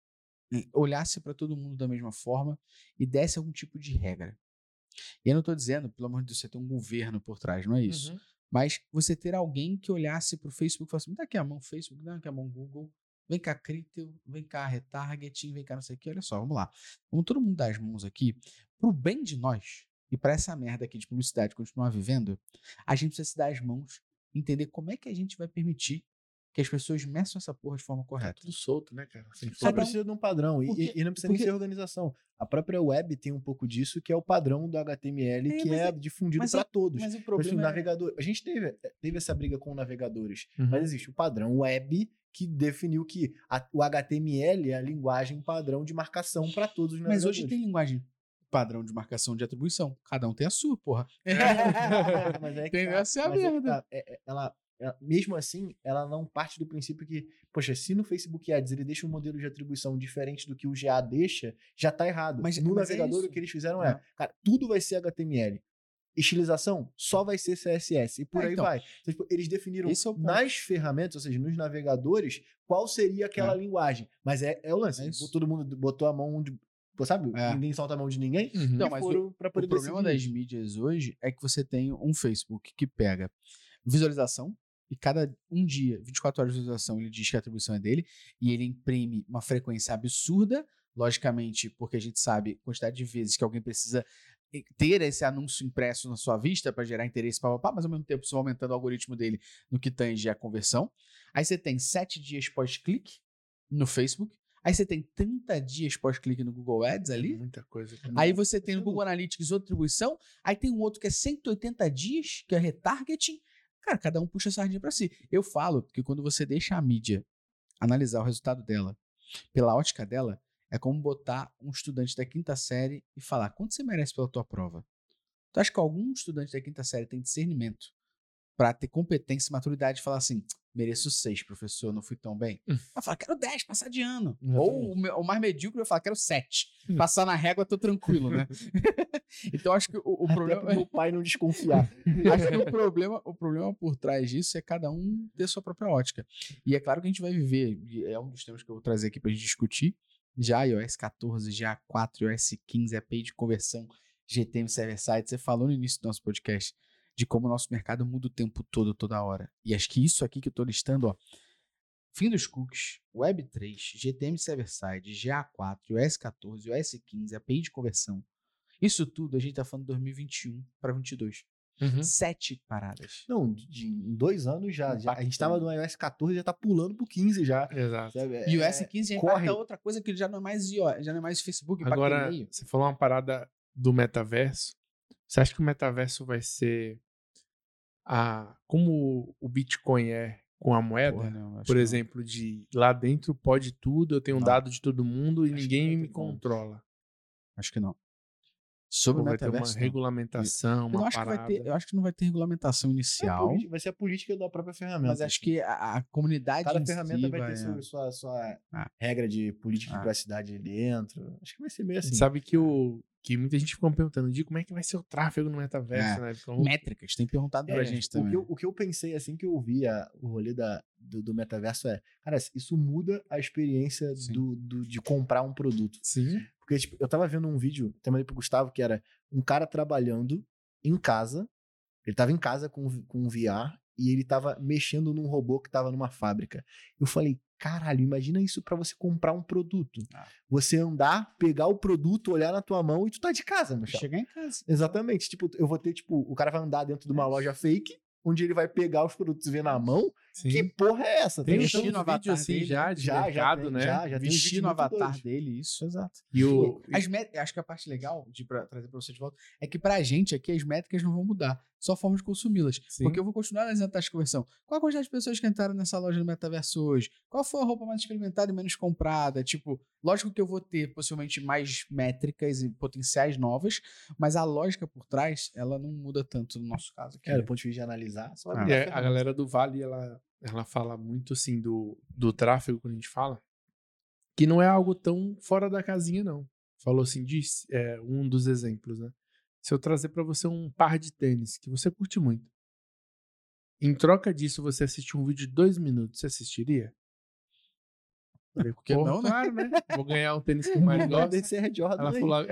olhasse para todo mundo da mesma forma e desse algum tipo de regra. E eu não estou dizendo, pelo amor de Deus, você ter um governo por trás, não é isso. Uhum. Mas você ter alguém que olhasse para o Facebook e falasse, me dá aqui a mão Facebook, dá aqui a mão Google, vem cá Criteo, vem cá Retargeting, vem cá não sei o que, olha só, vamos lá. Vamos todo mundo dar as mãos aqui, pro bem de nós, e para essa merda aqui de publicidade continuar vivendo, a gente precisa se dar as mãos, entender como é que a gente vai permitir que as pessoas meçam essa porra de forma Tá correta. tudo solto, né, cara? Sem Só Cada um- precisa de um padrão. E não precisa nem ser organização. A própria web tem um pouco disso, que é o padrão do HTML, que mas é difundido mas para todos. Mas o Mas o problema é... navegador. A gente teve essa briga com navegadores, Uhum. mas existe o padrão web que definiu que o HTML é a linguagem padrão de marcação para todos os Mas navegadores. hoje tem linguagem padrão de marcação de atribuição. Cada um tem a sua, porra. Mas é que Entendeu? tá, Essa é a mas é que merda. tá. Ela, mesmo assim, ela não parte do princípio que, poxa, se no Facebook Ads ele deixa um modelo de atribuição diferente do que o GA deixa, já tá errado. Mas No é navegador, isso. o que eles fizeram É. cara, tudo vai ser HTML. Estilização só vai ser CSS. E por aí então, vai. Então, tipo, eles definiram esse é o ponto. nas ferramentas, ou seja, nos navegadores, qual seria aquela linguagem. Mas é o lance. É isso. Todo mundo botou a mão onde. Sabe? É. Ninguém solta a mão de ninguém. Uhum. Então, E mas foram pra poder O problema decidir. das mídias hoje é que você tem um Facebook que pega visualização e cada um dia, 24 horas de visualização, ele diz que a atribuição é dele e ele imprime uma frequência absurda, logicamente, porque a gente sabe a quantidade de vezes que alguém precisa ter esse anúncio impresso na sua vista para gerar interesse, mas ao mesmo tempo você vai aumentando o algoritmo dele no que tange a conversão. Aí você tem 7 dias pós-clique no Facebook. Aí você tem 30 dias pós-clique no Google Ads ali. Muita coisa. Aí você tem no Google Analytics outra atribuição. Aí tem um outro que é 180 dias, que é retargeting. Cara, cada um puxa a sardinha pra si. Eu falo que quando você deixa a mídia analisar o resultado dela pela ótica dela, é como botar um estudante da 5ª série e falar, quanto você merece pela tua prova? Tu acha que algum estudante da 5ª série tem discernimento pra ter competência e maturidade de falar assim, mereço 6, professor, não fui tão bem? Vai falar, quero 10, passar de ano. Ou o mais medíocre vai falar, quero 7. Passar na régua, tô tranquilo, né? Então acho que o Até problema... pro meu pai não desconfiar. Acho que o problema por trás disso é cada um ter sua própria ótica. E é claro que a gente vai viver, e é um dos temas que eu vou trazer aqui pra gente discutir, já iOS 14, já 4, iOS 15, API de conversão, GTM Server-Side. Você falou no início do nosso podcast de como o nosso mercado muda o tempo todo, toda hora. E acho que isso aqui que eu tô listando, ó, fim dos cookies, Web3, GTM Server-Side, GA4, iOS 14, iOS 15, API de conversão. Isso tudo a gente tá falando de 2021 para 2022. 7 paradas. Não, em 2 anos já. A gente Impactando. tava no iOS 14 já tá pulando pro 15 já. Exato. Sabe? E o iOS 15 já corre. impacta outra coisa que já não é mais já não é mais Facebook, impacta Agora, e-mail. você falou uma parada do metaverso. Você acha que o metaverso vai ser como o Bitcoin é com a moeda? Porra, não, acho Por que exemplo, de lá dentro pode tudo, eu tenho um Não. dado de todo mundo e Acho que ninguém vai me ter como. controla. não. Acho que não. Sobre Ou o vai ter uma metaverso, não. regulamentação, Eu uma não acho que vai parada. ter, eu acho que não vai ter regulamentação inicial, Vai ser a política da própria ferramenta. mas acho que a comunidade Cada em ferramenta si vai ter sua regra de política de privacidade ali dentro. Acho que vai ser meio assim. Sabe que muita gente ficou me perguntando, como é que vai ser o tráfego no metaverso, né? Ficam- métricas, tem perguntado pra gente também. O que eu pensei assim que eu vi o rolê do metaverso cara, isso muda a experiência de comprar um produto. Sim. Porque, tipo, eu tava vendo um vídeo, até mandei pro Gustavo, que era um cara trabalhando em casa, ele tava em casa com VR e ele tava mexendo num robô que tava numa fábrica. Eu falei, caralho, imagina isso pra você comprar um produto. Você andar, pegar o produto, olhar na tua mão e tu tá de casa, meu chapa. Chegar em casa. Exatamente. Tipo, eu vou ter, tipo, o cara vai andar dentro de uma loja fake, onde ele vai pegar os produtos e ver na mão. Sim. Que porra é essa? Tem Vestir um no avatar vídeo assim dele, de mercado, né? Já tem Vestir no muito avatar doido. dele, isso, exato. E Acho que a parte legal de trazer pra você de volta é que pra gente aqui as métricas não vão mudar, só a forma de consumi-las. Sim. Porque eu vou continuar analisando a taxa de conversão. Qual a quantidade de pessoas que entraram nessa loja do metaverso hoje? Qual foi a roupa mais experimentada e menos comprada? Tipo, lógico que eu vou ter possivelmente mais métricas e potenciais novas, mas a lógica por trás, ela não muda tanto no nosso caso aqui. Do ponto de vista de analisar, só vai a galera do Vale, ela fala muito assim do tráfego, quando a gente fala, que não é algo tão fora da casinha, não. Falou assim, um dos exemplos, né? Se eu trazer pra você um par de tênis que você curte muito, em troca disso você assistir um vídeo de 2 minutos, você assistiria? Porque não, né? Claro, né? Vou ganhar um tênis que eu mais gosto. Desse é Jordan. Ela falou,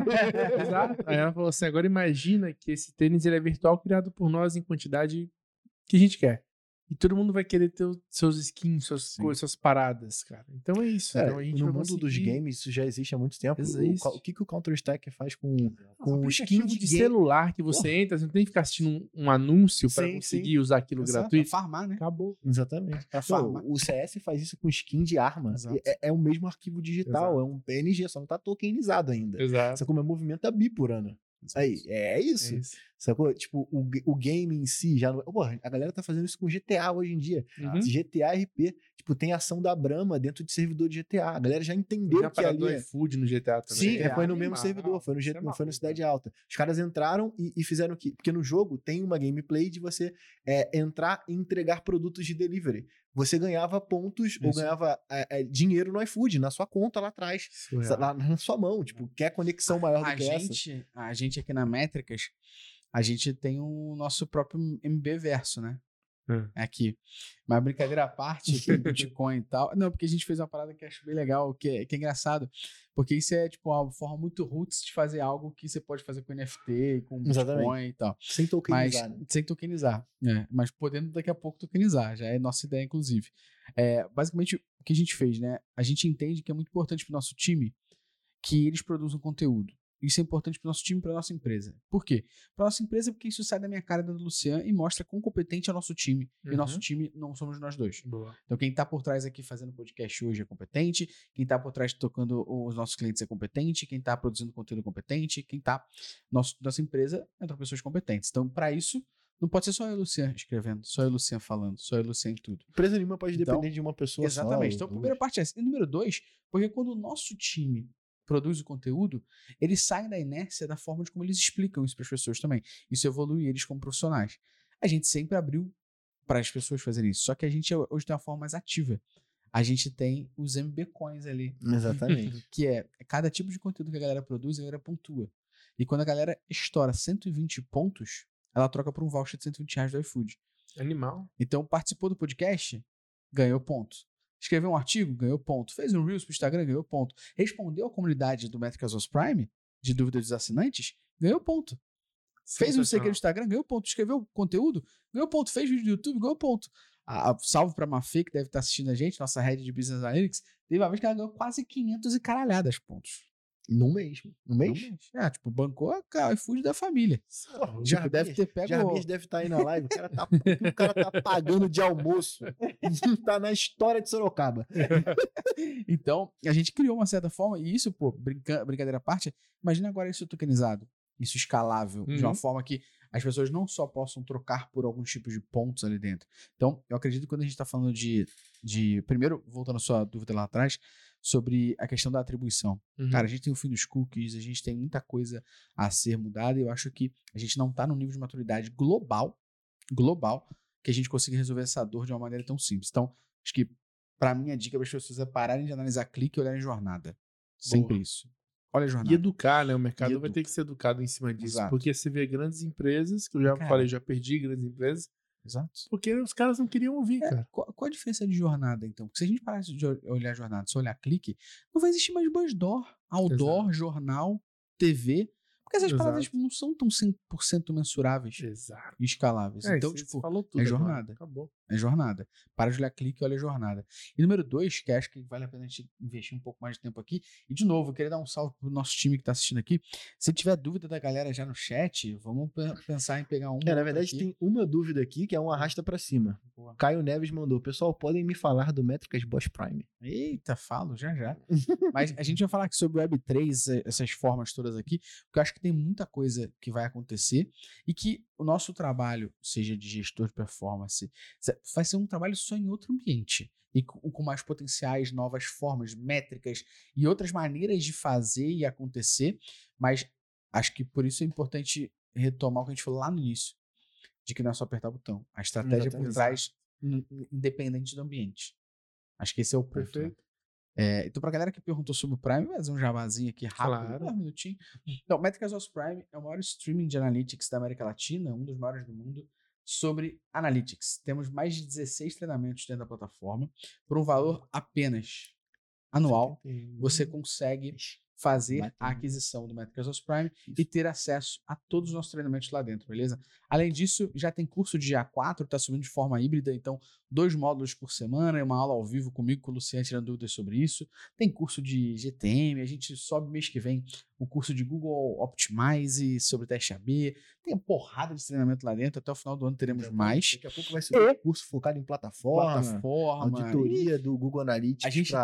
exato. Aí ela falou assim, agora imagina que esse tênis ele é virtual criado por nós em quantidade que a gente quer. E todo mundo vai querer ter seus skins, suas coisas, suas paradas, cara. Então é isso. Então a gente no mundo dos games, isso já existe há muito tempo. O que o Counter-Strike faz com skin de celular que você entra, você não tem que ficar assistindo um anúncio pra conseguir usar aquilo gratuito. Pra farmar, né? Acabou. Exatamente. O CS faz isso com skin de arma. É o mesmo arquivo digital, é um PNG, só não tá tokenizado ainda. Exato. Só como movimenta bi por ano. Aí, é isso. Sacou? Tipo, o game em si já não... Porra, a galera tá fazendo isso com GTA hoje em dia. GTA RP. Tipo, tem ação da Brahma dentro de servidor de GTA. A galera já entendeu que ali... do iFood no GTA também. Sim, foi no mesmo servidor. Foi no Cidade Alta. Os caras entraram e fizeram o quê? Porque no jogo tem uma gameplay de você entrar e entregar produtos de delivery. Você ganhava pontos ou ganhava dinheiro no iFood, na sua conta lá atrás. Lá na sua mão. Tipo, quer conexão maior do que essa? A gente aqui na Métricas, a gente tem o nosso próprio MB Verso, né? Aqui. Mas brincadeira à parte, que Bitcoin e tal. Não, porque a gente fez uma parada que eu acho bem legal, que é engraçado. Porque isso é, tipo, uma forma muito roots de fazer algo que você pode fazer com NFT, com Bitcoin e tal. Sem tokenizar, né? Sem tokenizar. Mas podendo daqui a pouco tokenizar. Já é nossa ideia, inclusive. Basicamente, o que a gente fez, né? A gente entende que é muito importante pro nosso time que eles produzam conteúdo. Isso é importante para o nosso time e para nossa empresa. Por quê? Para nossa empresa, porque isso sai da minha cara, da do Lucian, e mostra quão competente é o nosso time. E nosso time não somos nós dois. Boa. Então, quem está por trás aqui fazendo podcast hoje é competente. Quem está por trás tocando os nossos clientes é competente. Quem está produzindo conteúdo é competente. Quem está... Nossa empresa é pessoas competentes. Então, para isso, não pode ser só eu e o Lucian escrevendo, só eu e o Lucian falando, só eu e o Lucian em tudo. Empresa nenhuma pode depender de uma pessoa só. Exatamente. Então, a primeira parte é essa. E número 2, porque quando o nosso time produz o conteúdo, eles saem da inércia da forma de como eles explicam isso para as pessoas também. Isso evolui eles como profissionais. A gente sempre abriu para as pessoas fazerem isso, só que a gente hoje tem uma forma mais ativa. A gente tem os MB Coins ali. Exatamente. Que é cada tipo de conteúdo que a galera produz, a galera pontua. E quando a galera estoura 120 pontos, ela troca por um voucher de R$120 do iFood. Animal. Então, participou do podcast, ganhou ponto. Escreveu um artigo, ganhou ponto. Fez um Reels pro Instagram, ganhou ponto. Respondeu a comunidade do Métricas Os Prime, de dúvidas dos assinantes, ganhou ponto. Fez um CQ no Instagram, ganhou ponto. Escreveu conteúdo, ganhou ponto. Fez vídeo do YouTube, ganhou ponto. Salve pra Mafê, que deve estar assistindo a gente, nossa head de Business Analytics. Teve uma vez que ela ganhou quase 500 e caralhadas pontos. No mês? Tipo, bancou a iFood da família. Já deve ter pego... Jarvis deve estar aí na live. O cara tá pagando de almoço. Tá na história de Sorocaba. Então, a gente criou uma certa forma, e isso, pô, brincadeira à parte, imagina agora isso tokenizado, isso escalável, de uma forma que as pessoas não só possam trocar por alguns tipos de pontos ali dentro. Então, eu acredito que quando a gente tá falando de primeiro, voltando à sua dúvida lá atrás, sobre a questão da atribuição. Cara, a gente tem o fim dos cookies, a gente tem muita coisa a ser mudada e eu acho que a gente não tá no nível de maturidade global, que a gente consiga resolver essa dor de uma maneira tão simples. Então, acho que pra mim a dica para as pessoas é pararem de analisar clique e olharem jornada. Sempre isso. Olha a jornada. E educar, né? O mercado vai ter que ser educado em cima disso. Exato. Porque você vê grandes empresas, que eu já falei, já perdi grandes empresas, Exato. Porque os caras não queriam ouvir, cara. Qual a diferença de jornada, então? Porque se a gente parar de olhar jornada, se olhar clique, não vai existir mais BuzzDoor, outdoor, jornal, TV. Porque essas paradas não são tão 100% mensuráveis e escaláveis. Então, tipo, falou tudo é jornada. Acabou. É jornada. Para de olhar clique e olha a jornada. E número 2, que acho que vale a pena a gente investir um pouco mais de tempo aqui. E, de novo, eu queria dar um salve pro nosso time que tá assistindo aqui. Se tiver dúvida da galera já no chat, vamos pensar em pegar uma. Na verdade, tem uma dúvida aqui que é um arrasta pra cima. Boa. Caio Neves mandou. Pessoal, podem me falar do Métricas Boss Prime? Eita, falo já. Mas a gente vai falar aqui sobre o Web3, essas formas todas aqui, porque eu acho que tem muita coisa que vai acontecer e que o nosso trabalho, seja de gestor de performance, vai ser um trabalho só em outro ambiente e com mais potenciais, novas formas, métricas e outras maneiras de fazer e acontecer, mas acho que por isso é importante retomar o que a gente falou lá no início, de que não é só apertar o botão, a estratégia por trás, independente do ambiente. Acho que esse é o ponto. Perfeito. Né? Então, pra galera que perguntou sobre o Prime, vou fazer um jabazinho aqui rápido, um minutinho. Então, Métricas OS Prime é o maior streaming de analytics da América Latina, um dos maiores do mundo, sobre analytics. Temos mais de 16 treinamentos dentro da plataforma. Por um valor apenas anual, você consegue fazer a aquisição do Métricas OS Prime e ter acesso a todos os nossos treinamentos lá dentro, beleza? Além disso, já tem curso de A4, tá subindo de forma híbrida, então 2 módulos por semana e uma aula ao vivo comigo, com o Luciano, tirando dúvidas sobre isso. Tem curso de GTM, a gente sobe mês que vem o curso de Google Optimize sobre teste AB. Tem uma porrada de treinamento lá dentro, até o final do ano teremos mais. Daqui a pouco vai ser um curso focado em plataforma, auditoria do Google Analytics. A gente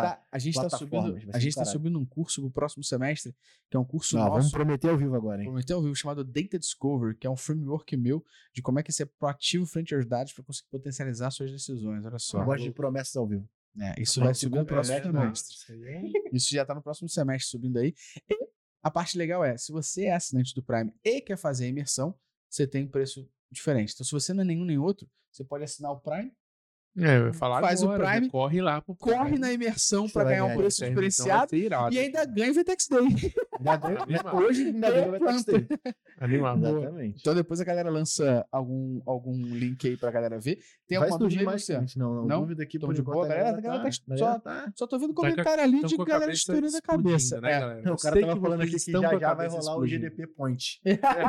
tá subindo um curso pro próximo semestre, que é um curso nosso. Vamos prometer ao vivo agora, hein? Prometer ao vivo, chamado Data Discovery, que é um framework meu de como é que ser proativo frente aos dados para conseguir potencializar suas decisões. Olha só. Eu gosto de promessas ao vivo. Isso vai subir no próximo semestre. Isso já tá no próximo semestre subindo aí. E a parte legal é, se você é assinante do Prime e quer fazer a imersão, você tem um preço diferente. Então, se você não é nenhum nem outro, você pode assinar o Prime. Eu ia falar faz agora, o Prime, corre lá pro Prime. Corre na imersão para ganhar um preço diferenciado e ainda ganha o VTEX Day. Hoje ainda ganha o VTEX Day. Animado. Exatamente. Então depois a galera lança algum link aí pra galera ver. Tem alguma dúvida aí, Luciano? Não, dúvida aqui por enquanto. A galera só tô vendo comentário ali de galera estourando a cabeça. Né, galera? O cara tava falando aqui que já vai rolar o GDP Point.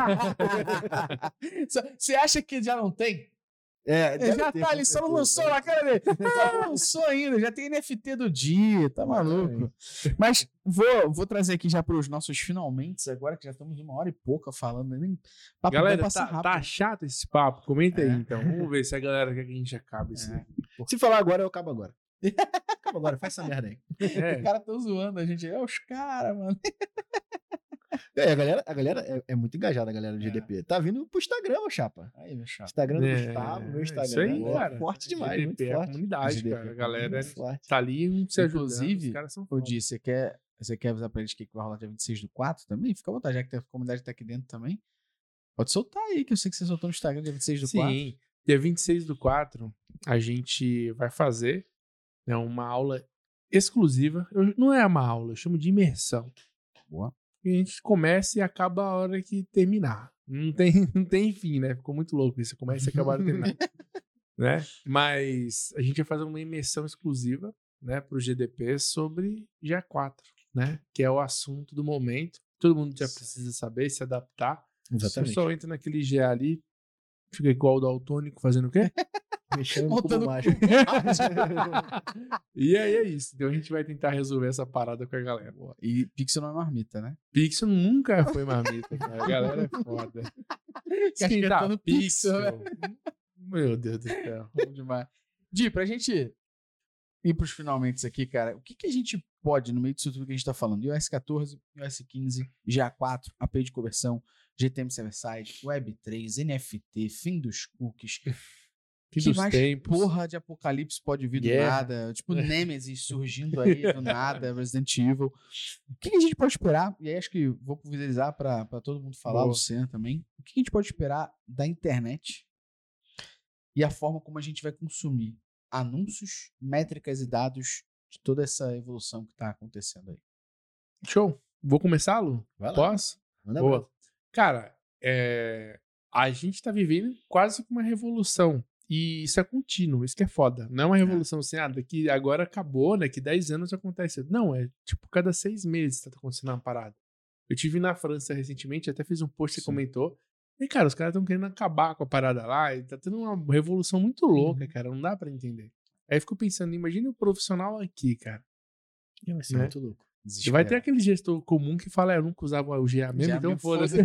Você acha que já não tem? Já tá ali, só não lançou na cara dele. Só não lançou ainda, já tem NFT do dia, tá maluco. Mas vou trazer aqui já pros nossos finalmente, agora que já estamos 1h e pouca falando. Nem papo galera, tá chato esse papo? Comenta aí então. Vamos ver se a galera quer que a gente acabe isso. Se falar agora, eu acabo agora. Acaba agora, faz essa merda aí. Os caras tão zoando a gente. Os caras, mano. A galera é muito engajada, a galera do GDP. Tá vindo pro Instagram, meu chapa. Aí, meu chapa. Instagram do Gustavo, meu Instagram. Isso aí, cara. Forte demais, GDP muito forte. É a comunidade, GDP, cara. A galera forte. tá ali se ajudando. Inclusive, os caras são eu disse, você quer avisar pra eles que vai rolar dia 26/4 também? Fica à vontade, já que a comunidade tá aqui dentro também. Pode soltar aí, que eu sei que você soltou no Instagram dia 26/4. Sim, dia 26/4 a gente vai fazer uma aula exclusiva. Não é uma aula, eu chamo de imersão. Boa. E a gente começa e acaba a hora que terminar. Não tem fim, né? Ficou muito louco isso. Começa e acaba a hora de terminar. Né? Mas a gente vai fazer uma imersão exclusiva, né, pro GDP sobre GA4, né? Que é o assunto do momento. Todo mundo já precisa saber, se adaptar. Exatamente. O pessoal entra naquele GA ali, fica igual o daltônico fazendo o quê? Mexendo no cubo mágico. E aí é isso. Então a gente vai tentar resolver essa parada com a galera. E Pixel não é marmita, né? Pixel nunca foi marmita, cara. A galera é foda. Esquentando Pixel, né? Meu Deus do céu. Bom demais. Di, pra gente ir pros finalmente aqui, cara, o que a gente pode, no meio disso tudo que a gente tá falando? iOS 14, iOS 15, GA4, API de conversão, GTM Server-Side, Web3, NFT, fim dos cookies... Que mais porra de apocalipse pode vir do nada? Tipo, Nemesis surgindo aí do nada, Resident Evil. O que a gente pode esperar? E aí acho que vou pulverizar pra todo mundo falar, o Luciano também. O que a gente pode esperar da internet e a forma como a gente vai consumir anúncios, métricas e dados de toda essa evolução que tá acontecendo aí? Show. Vou começar, Lu? Vai lá. Posso? Manda boa. Cara, a gente tá vivendo quase que uma revolução E isso é contínuo, isso que é foda. Não é uma revolução assim, daqui agora acabou, né? Que 10 anos acontece. Não, é tipo cada 6 meses tá acontecendo uma parada. Eu tive na França recentemente, até fiz um post que você comentou. E, cara, os caras estão querendo acabar com a parada lá. E tá tendo uma revolução muito louca, cara. Não dá pra entender. Aí eu fico pensando, imagine o profissional aqui, cara. Vai ser muito louco. E vai ter aquele gestor comum que fala, eu nunca usava o GA mesmo, então foda-se.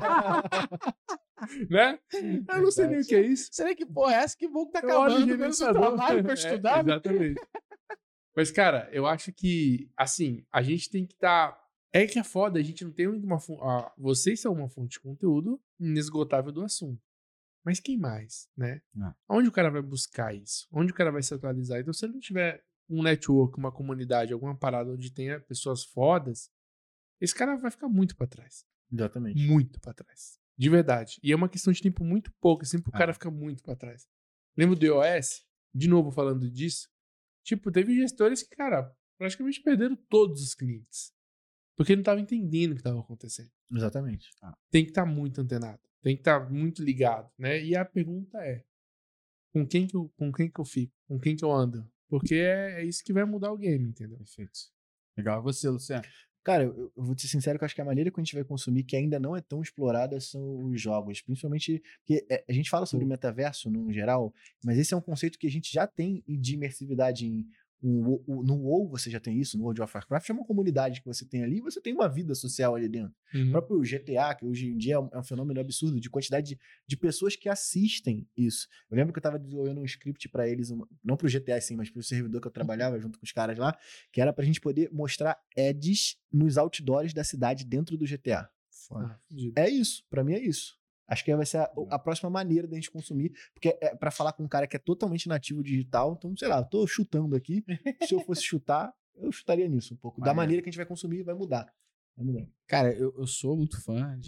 Né? Eu não sei nem o que é isso. Será que porra é essa? Que bom que tá acabando com esse trabalho pra estudar. Exatamente. Mas, cara, eu acho que, assim, a gente tem que estar... É que é foda, a gente não tem uma fonte... Vocês são uma fonte de conteúdo inesgotável do assunto. Mas quem mais, né? Onde o cara vai buscar isso? Onde o cara vai se atualizar? Então, se ele não tiver um network, uma comunidade, alguma parada onde tenha pessoas fodas, esse cara vai ficar muito pra trás. Exatamente. Muito pra trás. De verdade. E é uma questão de tempo muito pouco, assim, pro cara ficar muito pra trás. Lembra do iOS? De novo falando disso. Tipo, teve gestores que, cara, praticamente perderam todos os clientes. Porque não estavam entendendo o que estava acontecendo. Exatamente. Tem que estar muito antenado. Tem que estar muito ligado, né? E a pergunta é, com quem que eu fico? Com quem que eu ando? Porque é isso que vai mudar o game, entendeu? Perfeito. Legal. E você, Luciano? Cara, eu vou te ser sincero que eu acho que a maneira que a gente vai consumir, que ainda não é tão explorada, são os jogos. Principalmente porque a gente fala sobre metaverso no geral, mas esse é um conceito que a gente já tem de imersividade no WoW você já tem isso, no World of Warcraft é uma comunidade que você tem ali e você tem uma vida social ali dentro. O próprio GTA, que hoje em dia é um fenômeno absurdo de quantidade de pessoas que assistem isso. Eu lembro que eu tava desenvolvendo um script pra eles, não pro GTA sim, mas pro servidor que eu trabalhava junto com os caras lá, que era pra gente poder mostrar ads nos outdoors da cidade dentro do GTA. É isso, pra mim é isso. Acho que vai ser a próxima maneira da gente consumir, porque é pra falar com um cara que é totalmente nativo digital, então, sei lá, eu tô chutando aqui, se eu fosse chutar, eu chutaria nisso um pouco. Da maneira que a gente vai consumir, vai mudar. Cara, eu sou muito fã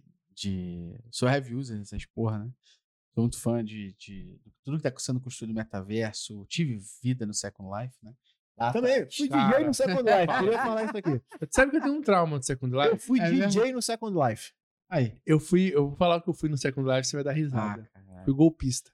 sou heavy user dessas porra, né? Sou muito fã de tudo que tá sendo construído no metaverso, tive vida no Second Life, né? Também, fui DJ no Second Life, queria falar isso aqui. Sabe que eu tenho um trauma do Second Life? Eu fui DJ no Second Life. Aí. Eu vou falar que eu fui no Second Life, você vai dar risada. Fui golpista.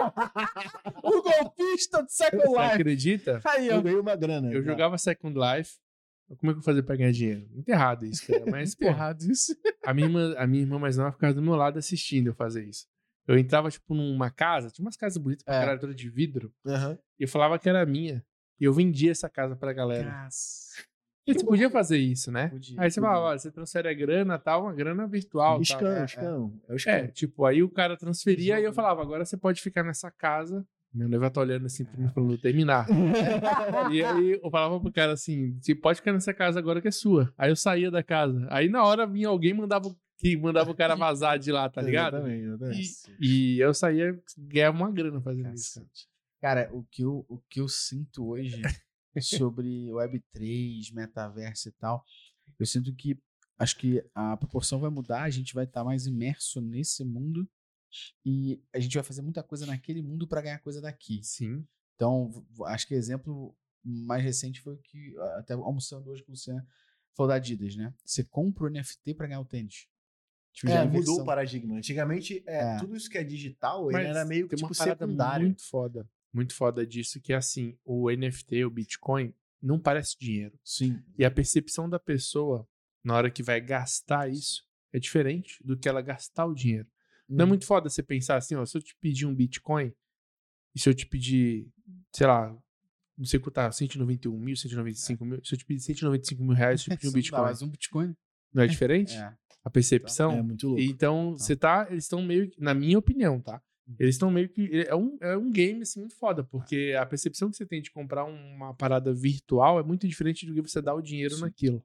O golpista do Second Life. Você acredita? Aí, eu ganhei uma grana. Eu jogava Second Life. Como é que eu fazia pra ganhar dinheiro? Muito errado isso, cara. Mas, muito errado isso. A minha irmã mais nova ficava do meu lado assistindo eu fazer isso. Eu entrava, tipo, numa casa, tinha umas casas bonitas pra caralho, toda de vidro. E eu falava que era minha. E eu vendia essa casa pra galera. Nossa. E você podia fazer isso, né? Podia, aí você fala, ó, você transfere a grana, tal, uma grana virtual. Scan. É o scan. Tipo, aí o cara transferia e eu falava, agora você pode ficar nessa casa. Meu noivo tá olhando assim pra mim, falando, terminar. E aí eu falava pro cara assim, você pode ficar nessa casa agora que é sua. Aí eu saía da casa. Aí na hora vinha alguém que mandava o cara vazar de lá, tá ligado? Exatamente. E eu saía, ganhava uma grana fazendo isso. Cara, o que eu sinto hoje sobre Web3, metaverso e tal, eu sinto que acho que a proporção vai mudar, a gente vai estar mais imerso nesse mundo e a gente vai fazer muita coisa naquele mundo para ganhar coisa daqui. Sim. Então, acho que o exemplo mais recente foi o que, até almoçando hoje com o Luciano, falou da Adidas, né? Você compra o NFT para ganhar o tênis. Tipo, mudou o paradigma. Antigamente, tudo isso que é digital, ele era meio que tipo secundário. Muito foda disso, que é assim, o NFT, o Bitcoin, não parece dinheiro. Sim. E a percepção da pessoa, na hora que vai gastar isso, é diferente do que ela gastar o dinheiro. Não é muito foda você pensar assim, ó, se eu te pedir um Bitcoin, e se eu te pedir, sei lá, não sei quanto tá, 191 mil, 195 mil, se eu te pedir 195 mil reais, se eu te pedir um Bitcoin. Mas um Bitcoin. Não é diferente? A percepção? É muito louco. Então, eles estão meio que, na minha opinião, tá? Eles estão meio que... É um game, assim, muito foda, porque a percepção que você tem de comprar uma parada virtual é muito diferente do que você dar o dinheiro naquilo.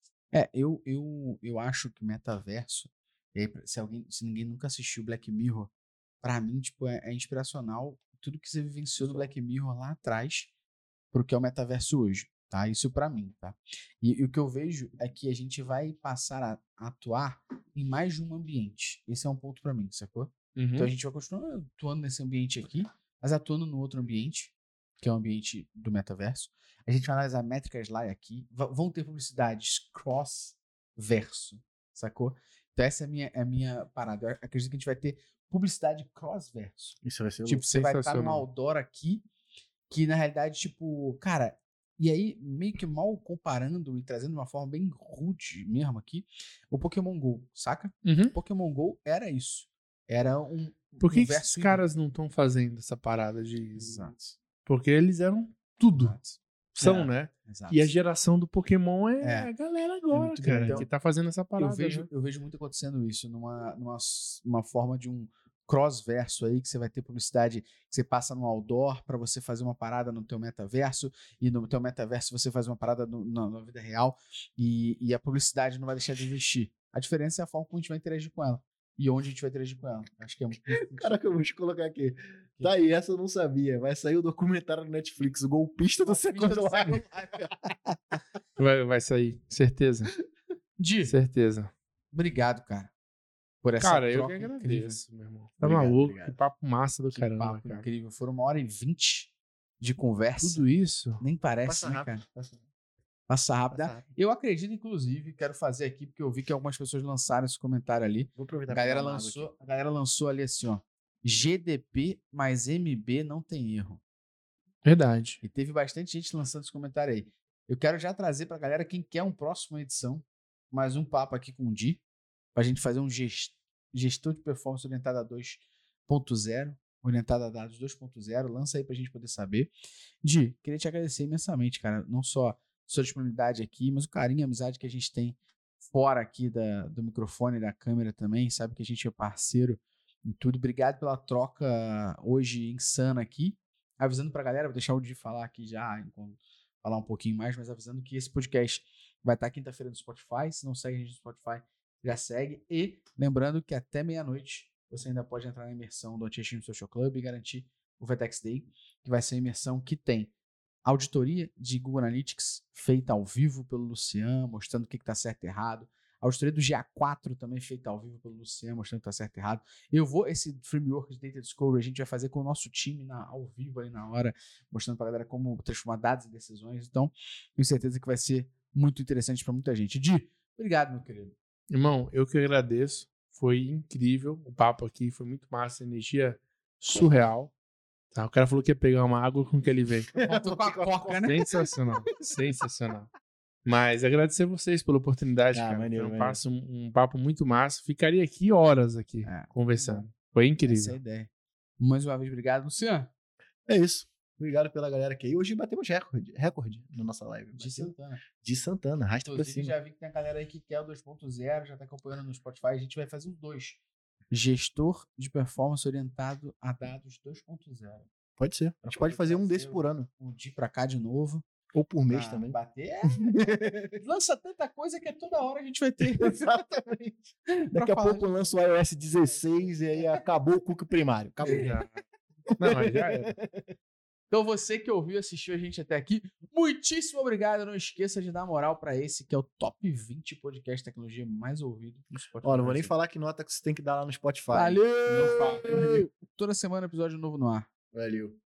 Eu acho que metaverso, e aí, se ninguém nunca assistiu Black Mirror, pra mim, tipo, é inspiracional tudo que você vivenciou no Black Mirror lá atrás pro que é o metaverso hoje, tá? Isso pra mim, tá? E o que eu vejo é que a gente vai passar a atuar em mais de um ambiente. Esse é um ponto pra mim, sacou? Então a gente vai continuar atuando nesse ambiente aqui, mas atuando no outro ambiente, que é o ambiente do metaverso. A gente vai analisar métricas lá e aqui. Vão ter publicidades cross-verso, sacou? Então essa é a minha parada. Eu acredito que a gente vai ter publicidade cross-verso. Isso vai ser Tipo, você vai estar num sensacional. outdoor aqui, que na realidade, tipo, cara, e aí meio que mal comparando e trazendo de uma forma bem rude mesmo aqui, o Pokémon GO, saca? Uhum. O Pokémon GO era isso. Era um Por que, um que os verso caras não estão fazendo essa parada de... Exato. Porque eles eram tudo. Exato. São, É. né? Exato. E a ageração do Pokémon é É. a galera agora, muito cara, doido. que tá fazendo essa parada. né? Eu vejo muito acontecendo isso, numa forma de um cross-verso aí, que você vai ter publicidade que você passa no outdoor para você fazer uma parada no teu metaverso, e no teu metaverso você faz uma parada na vida real, e a publicidade não vai deixar de existir. A diferença é a forma como a gente vai interagir com ela, e onde a gente vai interagir com ela. Acho que é muito... Caraca, eu vou te colocar aqui. Tá aí, essa eu não sabia. Vai sair o documentário no Netflix, o golpista do Second Life. Vai sair, certeza. Di, Certeza. obrigado, cara. Por essa Cara, eu troca que incrível. agradeço, meu irmão. Tá Obrigado, maluco? obrigado. Que papo massa do Que caramba, papo cara. incrível. Foram 1h20 de conversa. Tudo isso? Nem parece, Passa né, rápido. cara? Passa rápido. Passa rápido. Eu acredito, inclusive, quero fazer aqui, porque eu vi que algumas pessoas lançaram esse comentário ali. Vou aproveitar A pra galera dar uma água aqui. a galera lançou ali assim, ó. GDP mais MB não tem erro. Verdade. E teve bastante gente lançando esse comentário aí. Eu quero já trazer pra galera quem quer uma próxima edição, mais um papo aqui com o Di, pra gente fazer um gestor de performance orientada a 2.0, orientada a dados 2.0. Lança aí pra gente poder saber. Di, queria te agradecer imensamente, cara. Não só sua disponibilidade aqui, mas o carinho e a amizade que a gente tem fora aqui do microfone e da câmera também. Sabe que a gente é parceiro em tudo. Obrigado pela troca hoje insana aqui. Avisando pra galera, vou deixar o Di falar aqui já, falar um pouquinho mais, mas avisando que esse podcast vai estar quinta-feira no Spotify. Se não segue a gente no Spotify, já segue. E lembrando que até meia-noite você ainda pode entrar na imersão do Anti-Aging Social Club e garantir o Vetex Day, que vai ser a imersão que tem auditoria de Google Analytics feita ao vivo pelo Luciano, mostrando o que está certo e errado. A auditoria do GA4 também feita ao vivo pelo Luciano, mostrando que está certo e errado. Esse framework de Data Discovery a gente vai fazer com o nosso time ao vivo aí na hora, mostrando para a galera como transformar dados em decisões. Então, tenho certeza que vai ser muito interessante para muita gente. Di, obrigado, meu querido. Irmão, eu que agradeço. Foi incrível. O papo aqui foi muito massa. Energia surreal. Tá, o cara falou que ia pegar uma água com que ele veio. Voltou com a coca, né? Sensacional. Sensacional. Mas agradecer vocês pela oportunidade, cara. Maneiro, Foi um papo muito massa. Ficaria aqui horas aqui conversando. Foi Essa é a incrível. ideia. Mais uma vez, obrigado, Luciano. É isso. Obrigado pela galera aqui. Hoje batemos recorde na nossa live. De Santana. De Santana, arrasta pra Inclusive, cima. já vi que tem a galera aí que quer o 2.0, já tá acompanhando no Spotify. A gente vai fazer os dois. Gestor de performance orientado a dados 2.0. Pode ser. A gente pode fazer um desse por ano. Um dia pra cá de novo. Ou por mês pra também. Bater. Lança tanta coisa que toda hora a gente vai ter. Exatamente. Daqui a falar pouco lança o iOS 16 e aí acabou o cookie primário. Acabou. Não, mas já era. Então você que ouviu e assistiu a gente até aqui, muitíssimo obrigado. Não esqueça de dar moral pra esse que é o top 20 podcast de tecnologia mais ouvido no Spotify. Ó, não vou nem falar que nota que você tem que dar lá no Spotify. Valeu! Não fala. Toda semana episódio novo no ar. Valeu.